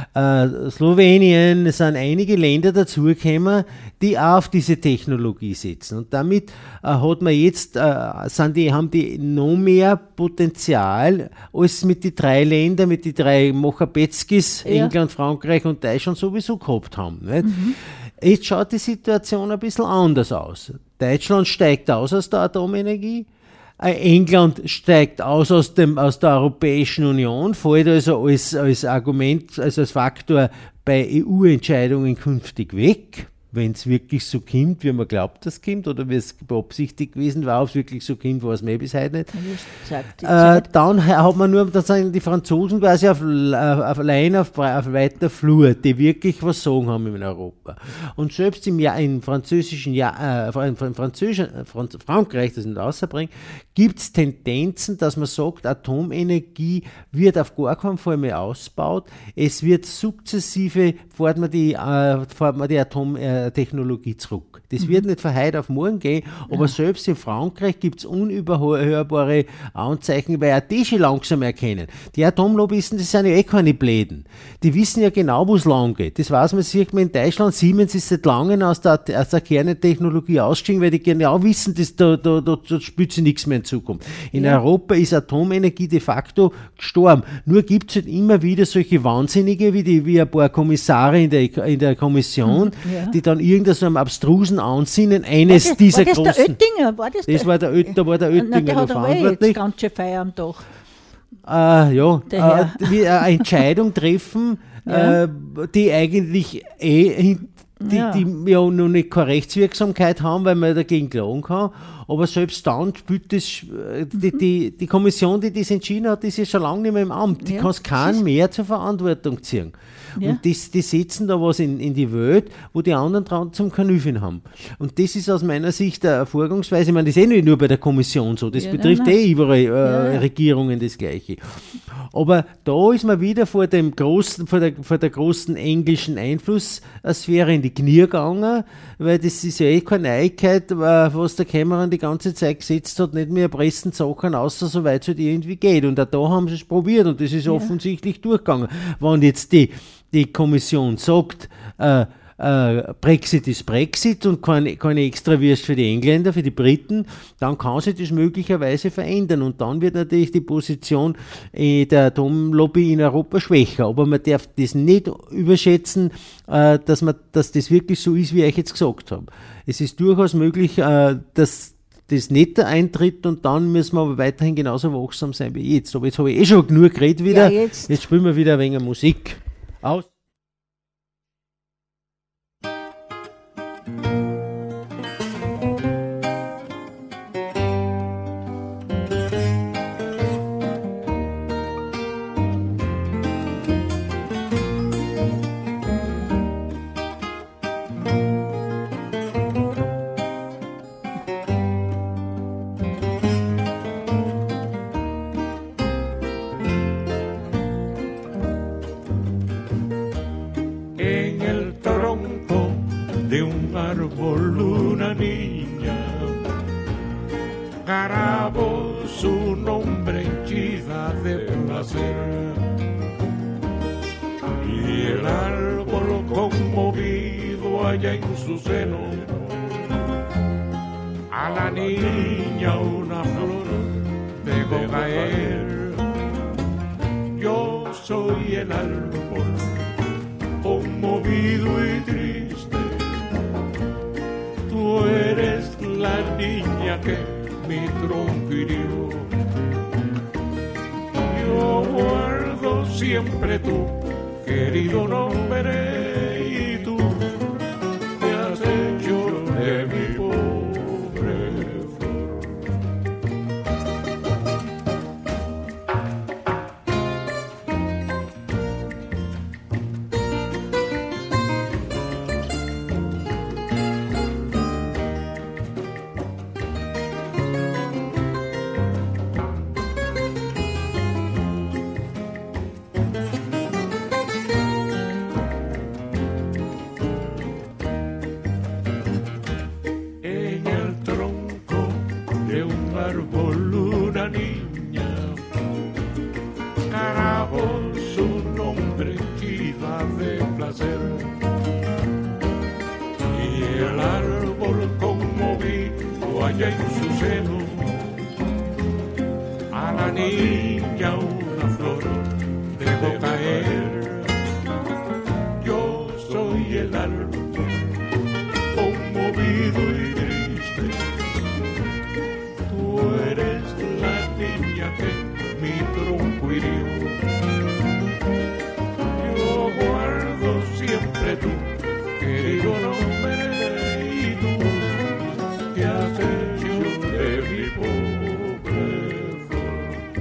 äh, Slowenien, es sind einige Länder dazugekommen, die auch auf diese Technologie setzen. Und damit äh, hat man jetzt, äh, sind die, haben die noch mehr Potenzial als mit den drei Ländern, mit den drei Mochabetzkis, Ja. England, Frankreich und Deutschland sowieso gehabt haben. Nicht? Jetzt schaut die Situation ein bisschen anders aus. Deutschland steigt aus aus der Atomenergie. Äh, England steigt aus aus, dem, aus der Europäischen Union, fällt also als, als Argument, also als Faktor bei E U-Entscheidungen künftig weg. Wenn es wirklich so kommt, wie man glaubt, dass es kommt, oder wie es beabsichtigt gewesen war, ob es wirklich so kommt, weiß man eh bis heute nicht. Sagt die Äh, Zeit. dann hat man nur, dann sind die Franzosen quasi auf, auf, auf allein auf, auf weiter Flur, die wirklich was sagen haben in Europa. Und selbst im, Jahr, im französischen Jahr, äh, im französischen, äh, Franz- Frankreich, das nicht außerbringt, gibt es Tendenzen, dass man sagt, Atomenergie wird auf gar keinen Fall mehr ausgebaut. Es wird sukzessive, fährt man die, äh, fährt man die Atomtechnologie zurück. Das wird nicht von heute auf morgen gehen, aber selbst in Frankreich gibt es unüberhörbare Anzeichen, weil auch die schon langsam erkennen. Die Atomlobbyisten, das sind ja eh keine Bläden. Die wissen ja genau, wo es lang geht. Das weiß man, sieht man in Deutschland. Siemens ist seit langem aus der, aus der Kerntechnologie ausgestiegen, weil die genau wissen, dass da, da, da, da spielt sich nichts mehr in Zukunft. In Ja. Europa ist Atomenergie de facto gestorben. Nur gibt es halt immer wieder solche Wahnsinnige, wie, die, wie ein paar Kommissare in der, in der Kommission, Ja. die dann irgendein so einem abstrusen Ansinnen eines war das, dieser war das großen... der Oettinger? War das, Das der? war der Oet- da war der Na, Oettinger der hat noch aber eh jetzt verantwortlich. ganz schön Feier am Tag. Äh, ja, Der Herr. äh, wie eine Entscheidung treffen, Ja. äh, die eigentlich eh, hin- die, Ja. die ja noch nicht keine Rechtswirksamkeit haben, weil man dagegen klagen kann. Aber selbst dann spielt das, äh, die, die, die Kommission, die das entschieden hat, ist ja schon lange nicht mehr im Amt. Die Ja, kann es das keinen ist- mehr zur Verantwortung ziehen. Ja. Und das, die setzen da was in, in die Welt, wo die anderen dran zum Kanüffeln haben. Und das ist aus meiner Sicht eine Vorgangsweise. Ich meine, das ist eh nicht nur bei der Kommission so. Das Ja, betrifft nein, eh überall äh, Ja, ja. Regierungen das Gleiche. Aber da ist man wieder vor, dem großen, vor, der, vor der großen englischen Einflusssphäre in die Knie gegangen, weil das ist ja eh keine Neuigkeit, äh, was der Cameron die ganze Zeit gesetzt hat, nicht mehr pressen Sachen, außer soweit es halt irgendwie geht. Und auch da haben sie es probiert und das ist offensichtlich durchgegangen. Wenn jetzt die, die Kommission sagt, äh, äh, Brexit ist Brexit und keine, keine Extrawürst für die Engländer, für die Briten, dann kann sich das möglicherweise verändern und dann wird natürlich die Position äh, der Atomlobby in Europa schwächer. Aber man darf das nicht überschätzen, äh, dass, man, dass das wirklich so ist, wie ich jetzt gesagt habe. Es ist durchaus möglich, äh, dass das nicht eintritt und dann müssen wir aber weiterhin genauso wachsam sein wie jetzt. Aber jetzt habe ich eh schon genug geredet wieder. Ja, jetzt. jetzt spielen wir wieder ein wenig Musik. Aus. Una niña, grabó su nombre henchida de placer, y el árbol conmovido allá en su seno, a la niña una flor dejó caer. Yo soy el árbol conmovido y triste, tú eres la niña que mi tronco hirió. Yo guardo siempre tu querido nombre y tú te has hecho de mi pobre flor. Allá en su seno, a la niña una flor dejó caer. Yo soy el árbol conmovido y triste, tú eres la niña que mi tronco hirió. Yo guardo siempre tu querido nombre y tú te has hecho de mi pobre flor.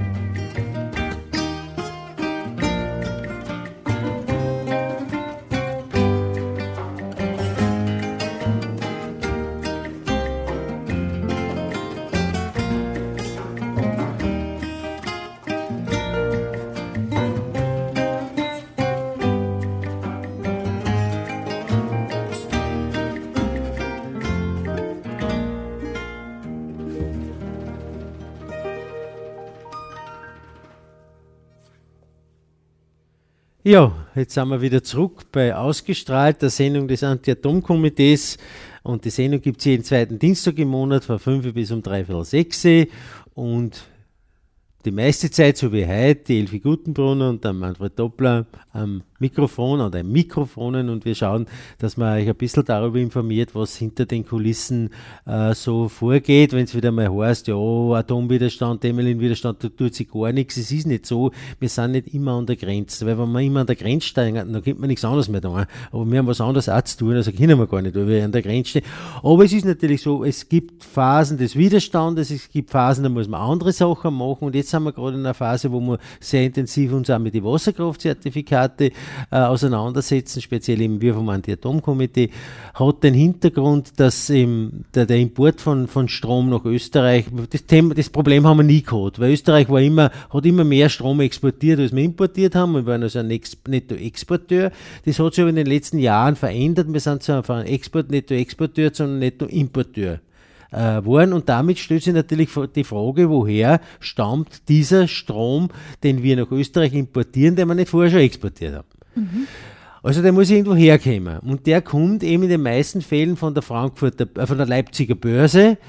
Ja, jetzt sind wir wieder zurück bei Ausgestrahlt, der Sendung des Anti-Atom-Komitees. Und die Sendung gibt es jeden zweiten Dienstag im Monat von fünf bis um dreiviertel sechs. Und die meiste Zeit, so wie heute, die Elfi Gutenbrunner und der Manfred Doppler am Mikrofon oder am Mikrofonen, und wir schauen, dass man euch ein bisschen darüber informiert, was hinter den Kulissen äh, so vorgeht. Wenn es wieder mal heißt, ja, Atomwiderstand, Temelin-Widerstand, da tut sich gar nichts. Es ist nicht so, wir sind nicht immer an der Grenze, weil wenn wir immer an der Grenze stehen, dann könnte man nichts anderes mehr tun. Aber wir haben was anderes auch zu tun, also können wir gar nicht, weil wir an der Grenze stehen. Aber es ist natürlich so, es gibt Phasen des Widerstandes, es gibt Phasen, da muss man andere Sachen machen, und jetzt sind wir gerade in einer Phase, wo wir sehr intensiv uns auch mit den Wasserkraftzertifikate äh, auseinandersetzen, speziell eben wir vom Anti-Atom-Komitee, hat den Hintergrund, dass ähm, der, der Import von, von Strom nach Österreich, das, Thema, das Problem haben wir nie gehabt, weil Österreich war immer, hat immer mehr Strom exportiert, als wir importiert haben. Wir waren also ein Ex- Netto-Exporteur. Das hat sich aber in den letzten Jahren verändert. Wir sind zwar einfach ein Export-Netto-Exporteur, sondern Netto-Importeur Äh, waren, und damit stellt sich natürlich die Frage, woher stammt dieser Strom, den wir nach Österreich importieren, den wir nicht vorher schon exportiert haben. Mhm. Also der muss irgendwo herkommen, und der kommt eben in den meisten Fällen von der Frankfurter, äh, von der Leipziger Börse,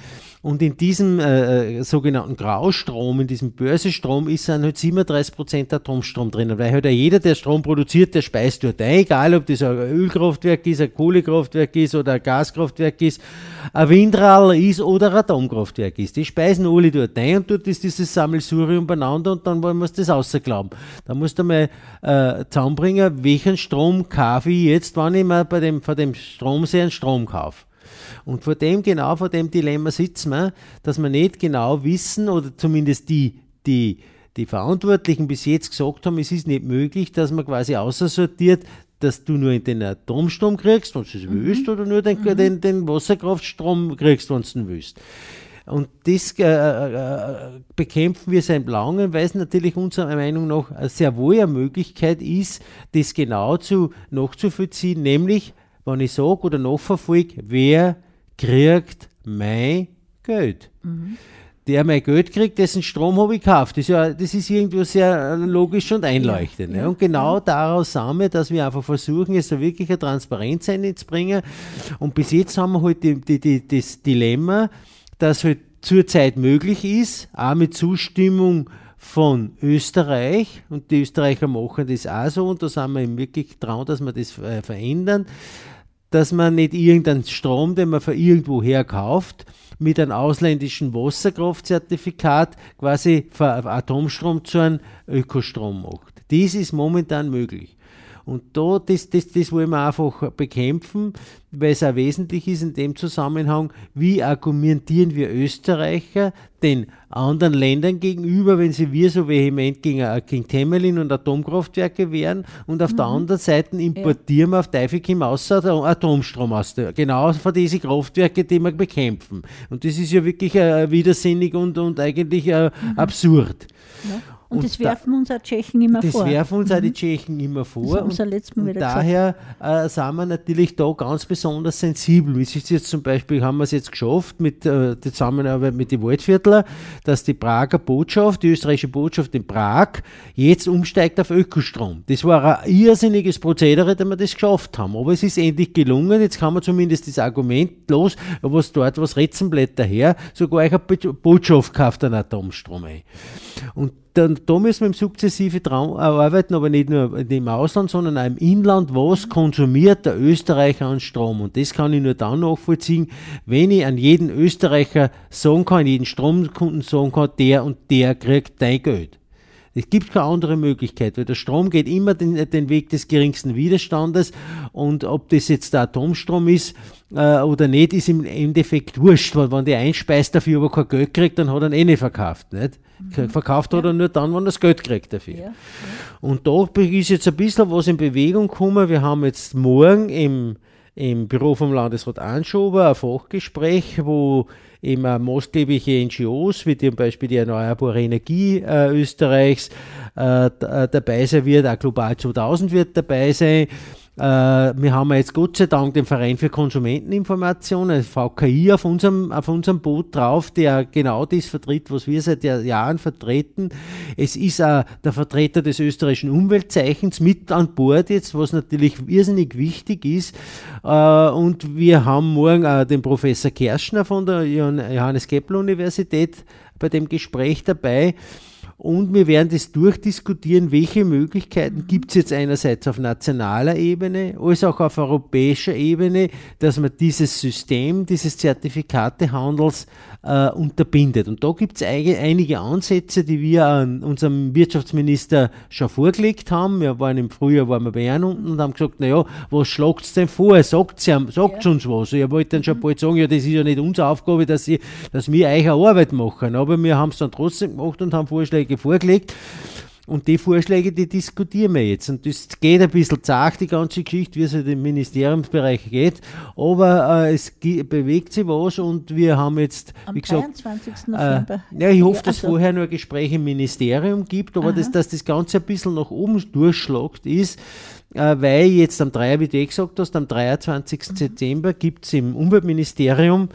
Und in diesem äh, sogenannten Graustrom, in diesem Börsestrom, ist dann halt siebenunddreißig Prozent Atomstrom drinnen, weil halt jeder, der Strom produziert, der speist dort ein, egal ob das ein Ölkraftwerk ist, ein Kohlekraftwerk ist oder ein Gaskraftwerk ist, ein Windrad ist oder ein Atomkraftwerk ist. Die speisen alle dort ein und dort ist dieses Sammelsurium beieinander und dann wollen wir das rausglauben. Da musst du mal äh, zusammenbringen, welchen Strom kaufe ich jetzt, wenn ich mir bei dem, von dem Stromsee einen Strom kaufe. Und vor dem, genau vor dem Dilemma sitzen wir, dass wir nicht genau wissen, oder zumindest die, die, die Verantwortlichen bis jetzt gesagt haben, es ist nicht möglich, dass man quasi aussortiert, dass du nur den Atomstrom kriegst, wenn du es mhm. willst, oder nur den, mhm. den, den Wasserkraftstrom kriegst, wenn du ihn willst. Und das äh, äh, bekämpfen wir seit langem, weil es natürlich unserer Meinung nach sehr wohl eine Möglichkeit ist, das genau zu, nachzuvollziehen, nämlich, wenn ich sage oder nachverfolge, wer kriegt mein Geld. Mhm. Der mein Geld kriegt, dessen Strom habe ich gekauft. Das ist, ja, das ist irgendwo sehr logisch und einleuchtend. Ja, ne? Und genau ja. daraus haben wir, dass wir einfach versuchen, jetzt da wirklich eine Transparenz reinzubringen. Und bis jetzt haben wir halt die, die, die, das Dilemma, dass halt zurzeit möglich ist, auch mit Zustimmung von Österreich, und die Österreicher machen das auch so, und da sind wir eben wirklich dran, dass wir das äh, verändern, dass man nicht irgendeinen Strom, den man von irgendwo her kauft, mit einem ausländischen Wasserkraftzertifikat quasi von Atomstrom zu einem Ökostrom macht. Das ist momentan möglich. Und da, das, das, das wollen wir einfach bekämpfen, weil es auch wesentlich ist in dem Zusammenhang, wie argumentieren wir Österreicher den anderen Ländern gegenüber, wenn sie wir so vehement gegen, gegen Temelin und Atomkraftwerke wären, und auf mhm. der anderen Seite importieren ja. wir auf Teufel komm raus Atomstrom aus, der, genau von diesen Kraftwerken, die wir bekämpfen. Und das ist ja wirklich äh, widersinnig und, und eigentlich äh, mhm. absurd. Ja. Und, und das werfen da, uns auch Tschechen immer das vor. Das werfen uns mhm. auch die Tschechen immer vor. Das haben sie letztes Mal und wieder daher äh, sind wir natürlich da ganz besonders sensibel. Wie ist jetzt zum Beispiel, haben wir es jetzt geschafft mit äh, der Zusammenarbeit mit den Waldviertler, dass die Prager Botschaft, die österreichische Botschaft in Prag, jetzt umsteigt auf Ökostrom. Das war ein irrsinniges Prozedere, dass wir das geschafft haben. Aber es ist endlich gelungen. Jetzt kann man zumindest das Argument los, was dort, was Retzenblätter her, sogar eine Botschaft kauft einen Atomstrom ein. Und Dann, da müssen wir im sukzessive dran arbeiten, aber nicht nur im Ausland, sondern auch im Inland. Was konsumiert der Österreicher an Strom? Und das kann ich nur dann nachvollziehen, wenn ich an jeden Österreicher sagen kann, an jeden Stromkunden sagen kann, der und der kriegt dein Geld. Es gibt keine andere Möglichkeit, weil der Strom geht immer den, den Weg des geringsten Widerstandes, und ob das jetzt der Atomstrom ist äh, oder nicht, ist im Endeffekt wurscht, weil wenn der einspeist dafür aber kein Geld kriegt, dann hat er ihn eh nicht verkauft. Nicht? Mhm. Verkauft ja. hat er nur dann, wenn er das Geld kriegt dafür. Ja. Ja. Und da ist jetzt ein bisschen was in Bewegung gekommen. Wir haben jetzt morgen im, im Büro vom Landesrat Anschober ein Fachgespräch, wo eben maßgebliche N G Os, wie zum Beispiel die Erneuerbare Energie äh, Österreichs, äh, d- dabei sein wird, auch Global zweitausend wird dabei sein. Äh, wir haben jetzt Gott sei Dank den Verein für Konsumenteninformation, also V K I, auf unserem, auf unserem Boot drauf, der genau das vertritt, was wir seit Jahren vertreten. Es ist auch der Vertreter des österreichischen Umweltzeichens mit an Bord jetzt, was natürlich irrsinnig wichtig ist. Äh, und wir haben morgen auch den Professor Kerschner von der Johannes Kepler Universität bei dem Gespräch dabei. Und wir werden das durchdiskutieren, welche Möglichkeiten gibt es jetzt einerseits auf nationaler Ebene, als auch auf europäischer Ebene, dass man dieses System, dieses Zertifikatehandels äh, unterbindet. Und da gibt es einige Ansätze, die wir an unserem Wirtschaftsminister schon vorgelegt haben. Wir waren im Frühjahr waren wir bei ihm unten und haben gesagt, naja, was schlagt es denn vor? Sagt es ja. uns was. Ich wollte dann schon bald sagen, ja, das ist ja nicht unsere Aufgabe, dass, ich, dass wir euch eine Arbeit machen. Aber wir haben es dann trotzdem gemacht und haben Vorschläge vorgelegt. Und die Vorschläge, die diskutieren wir jetzt. Und das geht ein bisschen zart, die ganze Geschichte, wie es halt im Ministeriumsbereich geht. Aber äh, es ge- bewegt sich was, und wir haben jetzt, am wie gesagt, dreiundzwanzigsten November. Äh, ja, ich hoffe, ja, dass es also. vorher nur ein Gespräch im Ministerium gibt, aber das, dass das Ganze ein bisschen nach oben durchschlagt ist, äh, weil jetzt am drei, wie du eh gesagt hast, am dreiundzwanzigsten Mhm. Dezember gibt es im Umweltministerium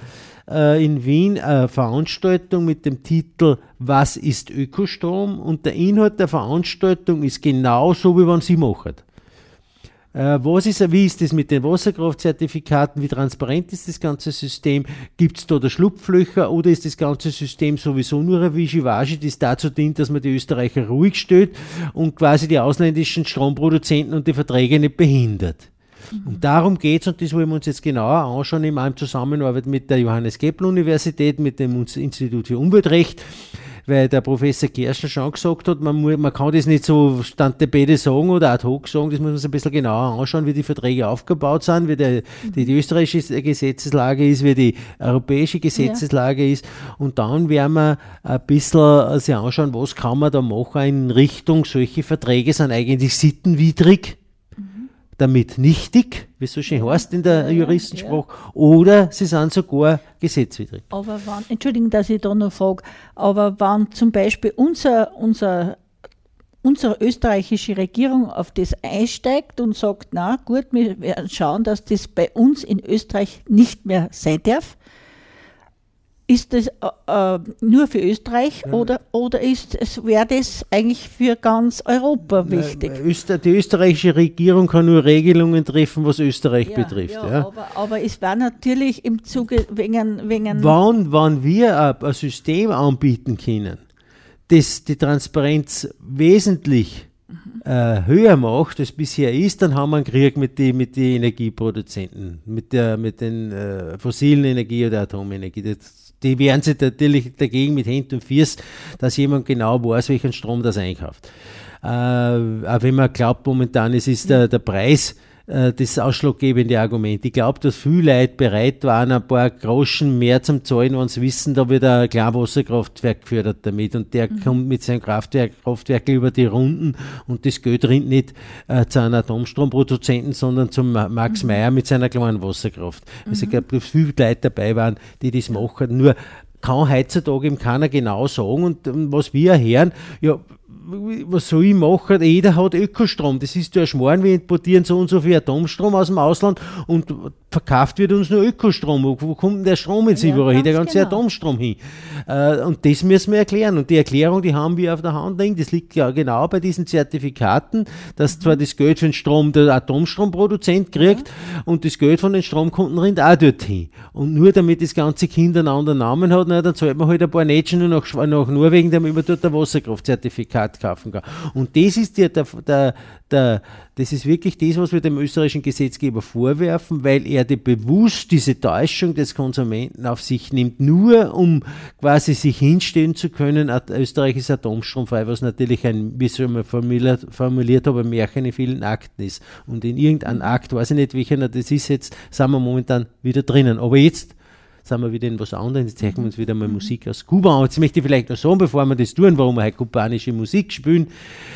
in Wien eine Veranstaltung mit dem Titel Was ist Ökostrom? Und der Inhalt der Veranstaltung ist genau so, wie man sie macht. Äh, was ist, wie ist das mit den Wasserkraftzertifikaten? Wie transparent ist das ganze System? Gibt es da der Schlupflöcher oder ist das ganze System sowieso nur eine Wischiwaschi, das dazu dient, dass man die Österreicher ruhig stellt und quasi die ausländischen Stromproduzenten und die Verträge nicht behindert? Und darum geht es, und das wollen wir uns jetzt genauer anschauen, im Zusammenarbeit mit der Johannes Kepler Universität, mit dem Institut für Umweltrecht, weil der Professor Gerstner schon gesagt hat, man, muss, man kann das nicht so Stante Bede sagen oder ad hoc sagen, das muss man sich ein bisschen genauer anschauen, wie die Verträge aufgebaut sind, wie der, die, die österreichische Gesetzeslage ist, wie die europäische Gesetzeslage ja. ist, und dann werden wir ein bisschen sich anschauen, was kann man da machen in Richtung, solche Verträge sind eigentlich sittenwidrig, damit nichtig, wie es so schön heißt in der ja, Juristensprache, ja. oder sie sind sogar gesetzwidrig. Aber wann, Entschuldigung, dass ich da noch frage, aber wenn zum Beispiel unser, unser, unsere österreichische Regierung auf das einsteigt und sagt, na gut, wir werden schauen, dass das bei uns in Österreich nicht mehr sein darf, ist das äh, nur für Österreich ja. oder, oder ist es, wäre das eigentlich für ganz Europa wichtig? Öster, die österreichische Regierung kann nur Regelungen treffen, was Österreich ja, betrifft. Ja, ja. Aber, aber es war natürlich im Zuge wegen... wegen wann, wann wir ein, ein System anbieten können, das die Transparenz wesentlich mhm. äh, höher macht, als bisher ist, dann haben wir einen Krieg mit den mit die Energieproduzenten, mit, der, mit den äh, fossilen Energie oder Atomenergie. Das, die wehren sich natürlich dagegen mit Händen und Füßen, dass jemand genau weiß, welchen Strom das einkauft. Äh, auch wenn man glaubt, momentan es ist der, der Preis äh, das ausschlaggebende Argument. Ich glaube, dass viele Leute bereit waren, ein paar Groschen mehr zum Zahlen, wenn sie wissen, da wird ein Kleinwasserkraftwerk gefördert damit und der mhm. kommt mit seinem Kraftwerk, Kraftwerk über die Runden und das Geld rinnt nicht äh, zu einem Atomstromproduzenten, sondern zum Max mhm. Meyer mit seiner kleinen Wasserkraft. Mhm. Also ich glaube, dass viele Leute dabei waren, die das machen. Nur kann heutzutage eben keiner genau sagen und, und was wir hören, ja, was soll ich machen? Jeder hat Ökostrom. Das ist ja ein Schmarrn, wir importieren so und so viel Atomstrom aus dem Ausland und verkauft wird uns nur Ökostrom. Wo, wo kommt denn der Strom jetzt ja, überall? Der ganze genau. Atomstrom hin. Äh, und das müssen wir erklären. Und die Erklärung, die haben wir auf der Hand liegen. Das liegt ja genau bei diesen Zertifikaten, dass mhm. zwar das Geld für den Strom der Atomstromproduzent kriegt ja. und das Geld von den Stromkunden rennt auch dorthin. Und nur damit das ganze Kind einen anderen Namen hat, na, dann zahlt man halt ein paar Netschen nur nach, nach Norwegen, damit man dort ein Wasserkraftzertifikat kaufen kann. Und das ist der, der, der, der das ist wirklich das, was wir dem österreichischen Gesetzgeber vorwerfen, weil er die bewusst diese Täuschung des Konsumenten auf sich nimmt, nur um quasi sich hinstellen zu können, Österreich ist atomstromfrei, was natürlich ein, wie ich mal formuliert, formuliert habe, ein Märchen in vielen Akten ist. Und in irgendeinem Akt, weiß ich nicht welcher das ist jetzt, sind wir momentan wieder drinnen. Aber jetzt sind wir wieder in was anderes, jetzt zeigen wir uns wieder mal Musik aus Kuba an. Jetzt möchte ich vielleicht noch sagen, bevor wir das tun, warum wir heute kubanische Musik spielen.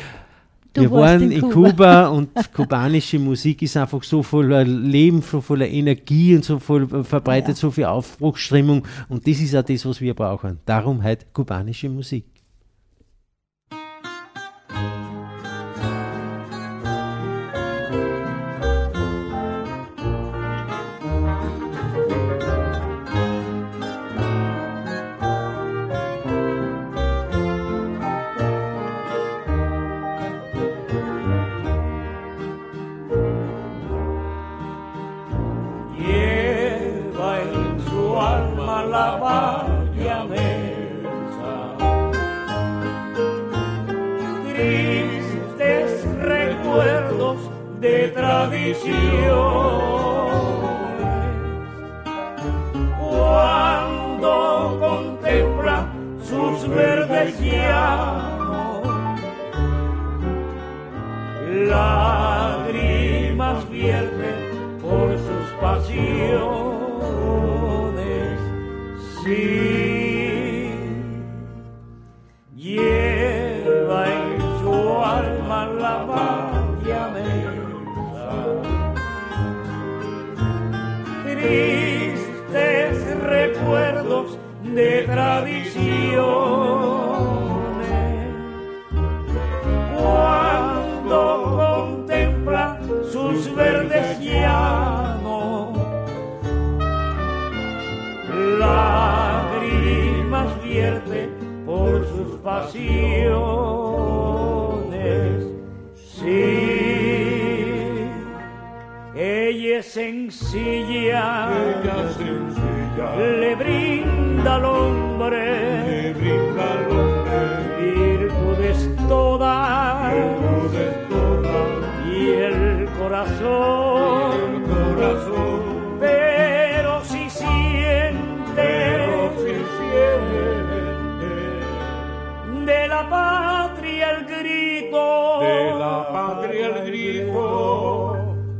Du wir waren in Kuba. Kuba und kubanische Musik ist einfach so voller Leben, so voller Energie und so voll, verbreitet ja. so viel Aufbruchsstimmung und das ist auch das, was wir brauchen. Darum halt kubanische Musik. Cuando contempla sus verdes llanos, lágrimas vierte por sus pasiones, sí, lleva en su alma la magia tristes recuerdos de tradiciones. Cuando contempla sus verdes llanos, lágrimas vierte por sus pasiones. Sí. sencilla, ella sencilla, le brinda al hombre, le brinda al hombre virtudes todas, virtudes todas, y el corazón, el corazón, pero si siente, pero si siente de la patria el grito, de la patria el grito,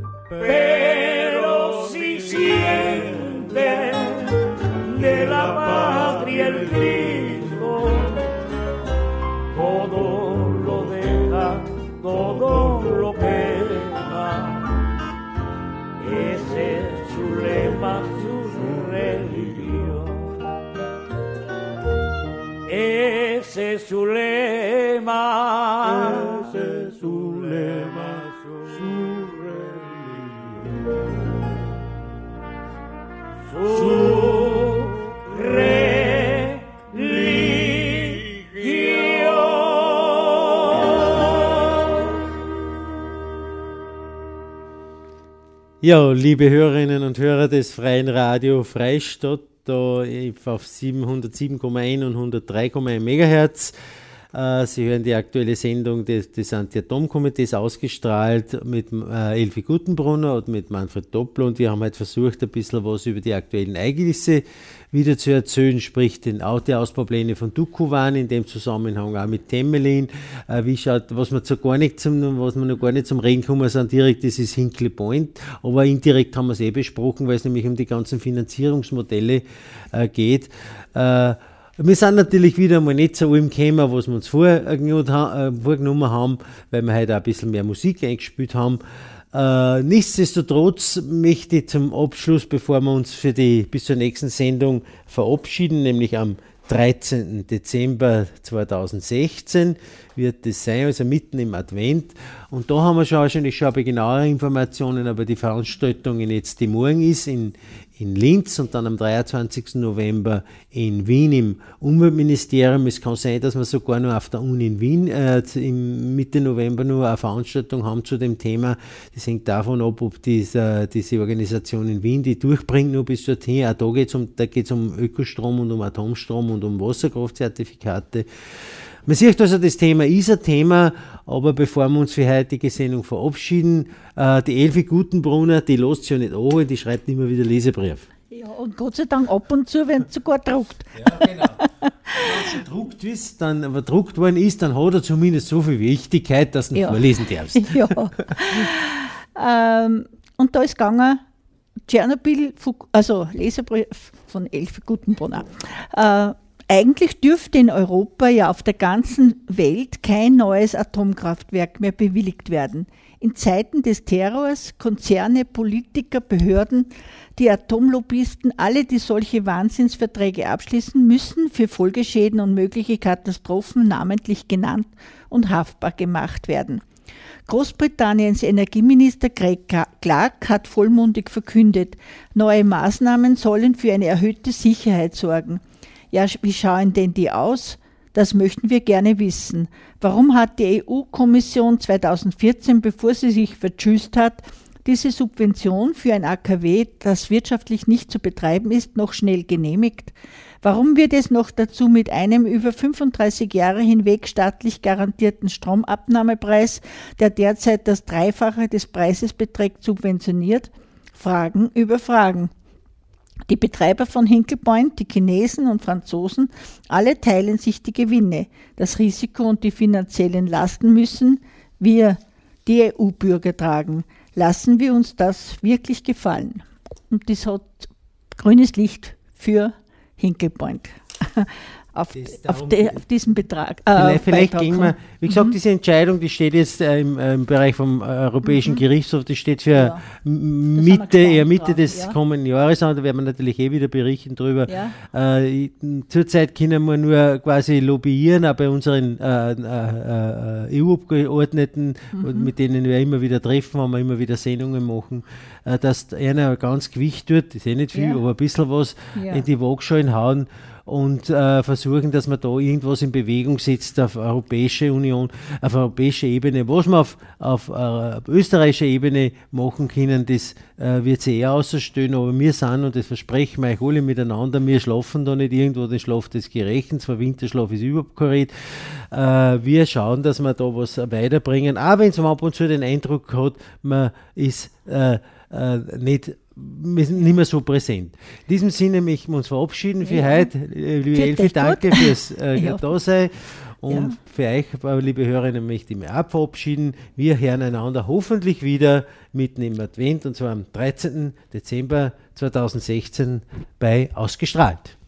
pero si siente de la patria el grito, todo lo deja, todo lo quema. Ese es su lema, su religión. Ese es su lema, ese es su lema, su religión, su religión. Ja, liebe Hörerinnen und Hörer des Freien Radio Freistadt, da auf hundertsieben Komma eins und hundertdrei Komma eins Megahertz. Äh, Sie hören die aktuelle Sendung des, des Anti-Atom-Komitees ausgestrahlt mit äh, Elfi Guttenbrunner und mit Manfred Doppler, und wir haben halt versucht, ein bisschen was über die aktuellen Ereignisse wieder zu erzählen, sprich den die Ausbaupläne von Dukuwan, in dem Zusammenhang auch mit Temelin, äh, wie schaut, was wir so gar nicht zum, was wir noch gar nicht zum Reden kommen sind, direkt, das ist Hinkley Point, aber indirekt haben wir es eh besprochen, weil es nämlich um die ganzen Finanzierungsmodelle äh, geht. Äh, Wir sind natürlich wieder mal nicht so im Thema, was wir uns vorgenommen haben, weil wir heute auch ein bisschen mehr Musik eingespielt haben. Äh, nichtsdestotrotz möchte ich zum Abschluss, bevor wir uns für die bis zur nächsten Sendung verabschieden, nämlich am dreizehnten Dezember zweitausendsechzehn wird das sein, also mitten im Advent. Und da haben wir schon wahrscheinlich schon genauere Informationen, aber die Veranstaltungen jetzt, die morgen ist in, in Linz und dann am dreiundzwanzigsten November in Wien im Umweltministerium. Es kann sein, dass wir sogar noch auf der Uni in Wien äh, im Mitte November noch eine Veranstaltung haben zu dem Thema. Das hängt davon ab, ob diese, diese Organisation in Wien die durchbringt, nur bis dorthin. Auch da geht es um, da geht's um Ökostrom und um Atomstrom und um Wasserkraftzertifikate. Man sieht also, das Thema ist ein Thema, aber bevor wir uns für heutige Sendung verabschieden, äh, die Elfi Guttenbrunner, die lässt sich ja nicht an, die schreibt immer wieder Lesebrief. Ja, und Gott sei Dank ab und zu, wenn es sogar druckt. Ja, genau. Wenn es schon druckt ist, dann, aber druckt worden ist, dann hat er zumindest so viel Wichtigkeit, dass du ihn ja. vorlesen darfst. Ja. ähm, und da ist gegangen, Tschernobyl, also Leserbrief von Elfi Guttenbrunner. Äh, Eigentlich dürfte in Europa, ja auf der ganzen Welt, kein neues Atomkraftwerk mehr bewilligt werden. In Zeiten des Terrors, Konzerne, Politiker, Behörden, die Atomlobbyisten, alle, die solche Wahnsinnsverträge abschließen, müssen für Folgeschäden und mögliche Katastrophen namentlich genannt und haftbar gemacht werden. Großbritanniens Energieminister Greg Clark hat vollmundig verkündet, neue Maßnahmen sollen für eine erhöhte Sicherheit sorgen. Ja, wie schauen denn die aus? Das möchten wir gerne wissen. Warum hat die E U-Kommission zweitausendvierzehn, bevor sie sich vertschüsst hat, diese Subvention für ein A K W, das wirtschaftlich nicht zu betreiben ist, noch schnell genehmigt? Warum wird es noch dazu mit einem über fünfunddreißig Jahre hinweg staatlich garantierten Stromabnahmepreis, der derzeit das Dreifache des Preises beträgt, subventioniert? Fragen über Fragen. Die Betreiber von Hinkley Point, die Chinesen und Franzosen, alle teilen sich die Gewinne. Das Risiko und die finanziellen Lasten müssen wir, die E U-Bürger, tragen. Lassen wir uns das wirklich gefallen. Und das hat grünes Licht für Hinkley Point. Auf, auf, de, auf diesen Betrag. Äh, vielleicht vielleicht ging man, wie gesagt, mhm. diese Entscheidung, die steht jetzt äh, im, äh, im Bereich vom äh, Europäischen mhm. Gerichtshof, die steht für ja. Mitte, eher Mitte drauf, des ja. kommenden Jahres an, da werden wir natürlich eh wieder berichten drüber. Ja. Äh, zurzeit können wir nur quasi lobbyieren, auch bei unseren äh, äh, E U-Abgeordneten, mhm. mit denen wir immer wieder treffen, haben wir immer wieder Sendungen machen, äh, dass einer ganz Gewicht tut, das ist eh nicht viel, ja. aber ein bisschen was ja. in die Waagschalen hauen. und äh, versuchen, dass man da irgendwas in Bewegung setzt auf Europäische Union, auf europäischer Ebene. Was wir auf, auf äh, österreichischer Ebene machen können, das äh, wird sich eher ausstellen, aber wir sind, und das versprechen wir euch alle miteinander, wir schlafen da nicht irgendwo den Schlaf des Gerechten, zwar Winterschlaf ist überhaupt kein Red. Äh, wir schauen, dass wir da was weiterbringen, auch wenn es ab und zu den Eindruck hat, man ist äh, äh, nicht wir sind nicht mehr so präsent. In diesem Sinne möchten wir uns verabschieden für ja. heute. Liebe Elfi, danke gut. fürs äh, ja. Dasein. Und ja. für euch, liebe Hörerinnen, möchte ich mich auch verabschieden. Wir hören einander hoffentlich wieder mitten im Advent, und zwar am dreizehnten Dezember zweitausendsechzehn bei Ausgestrahlt.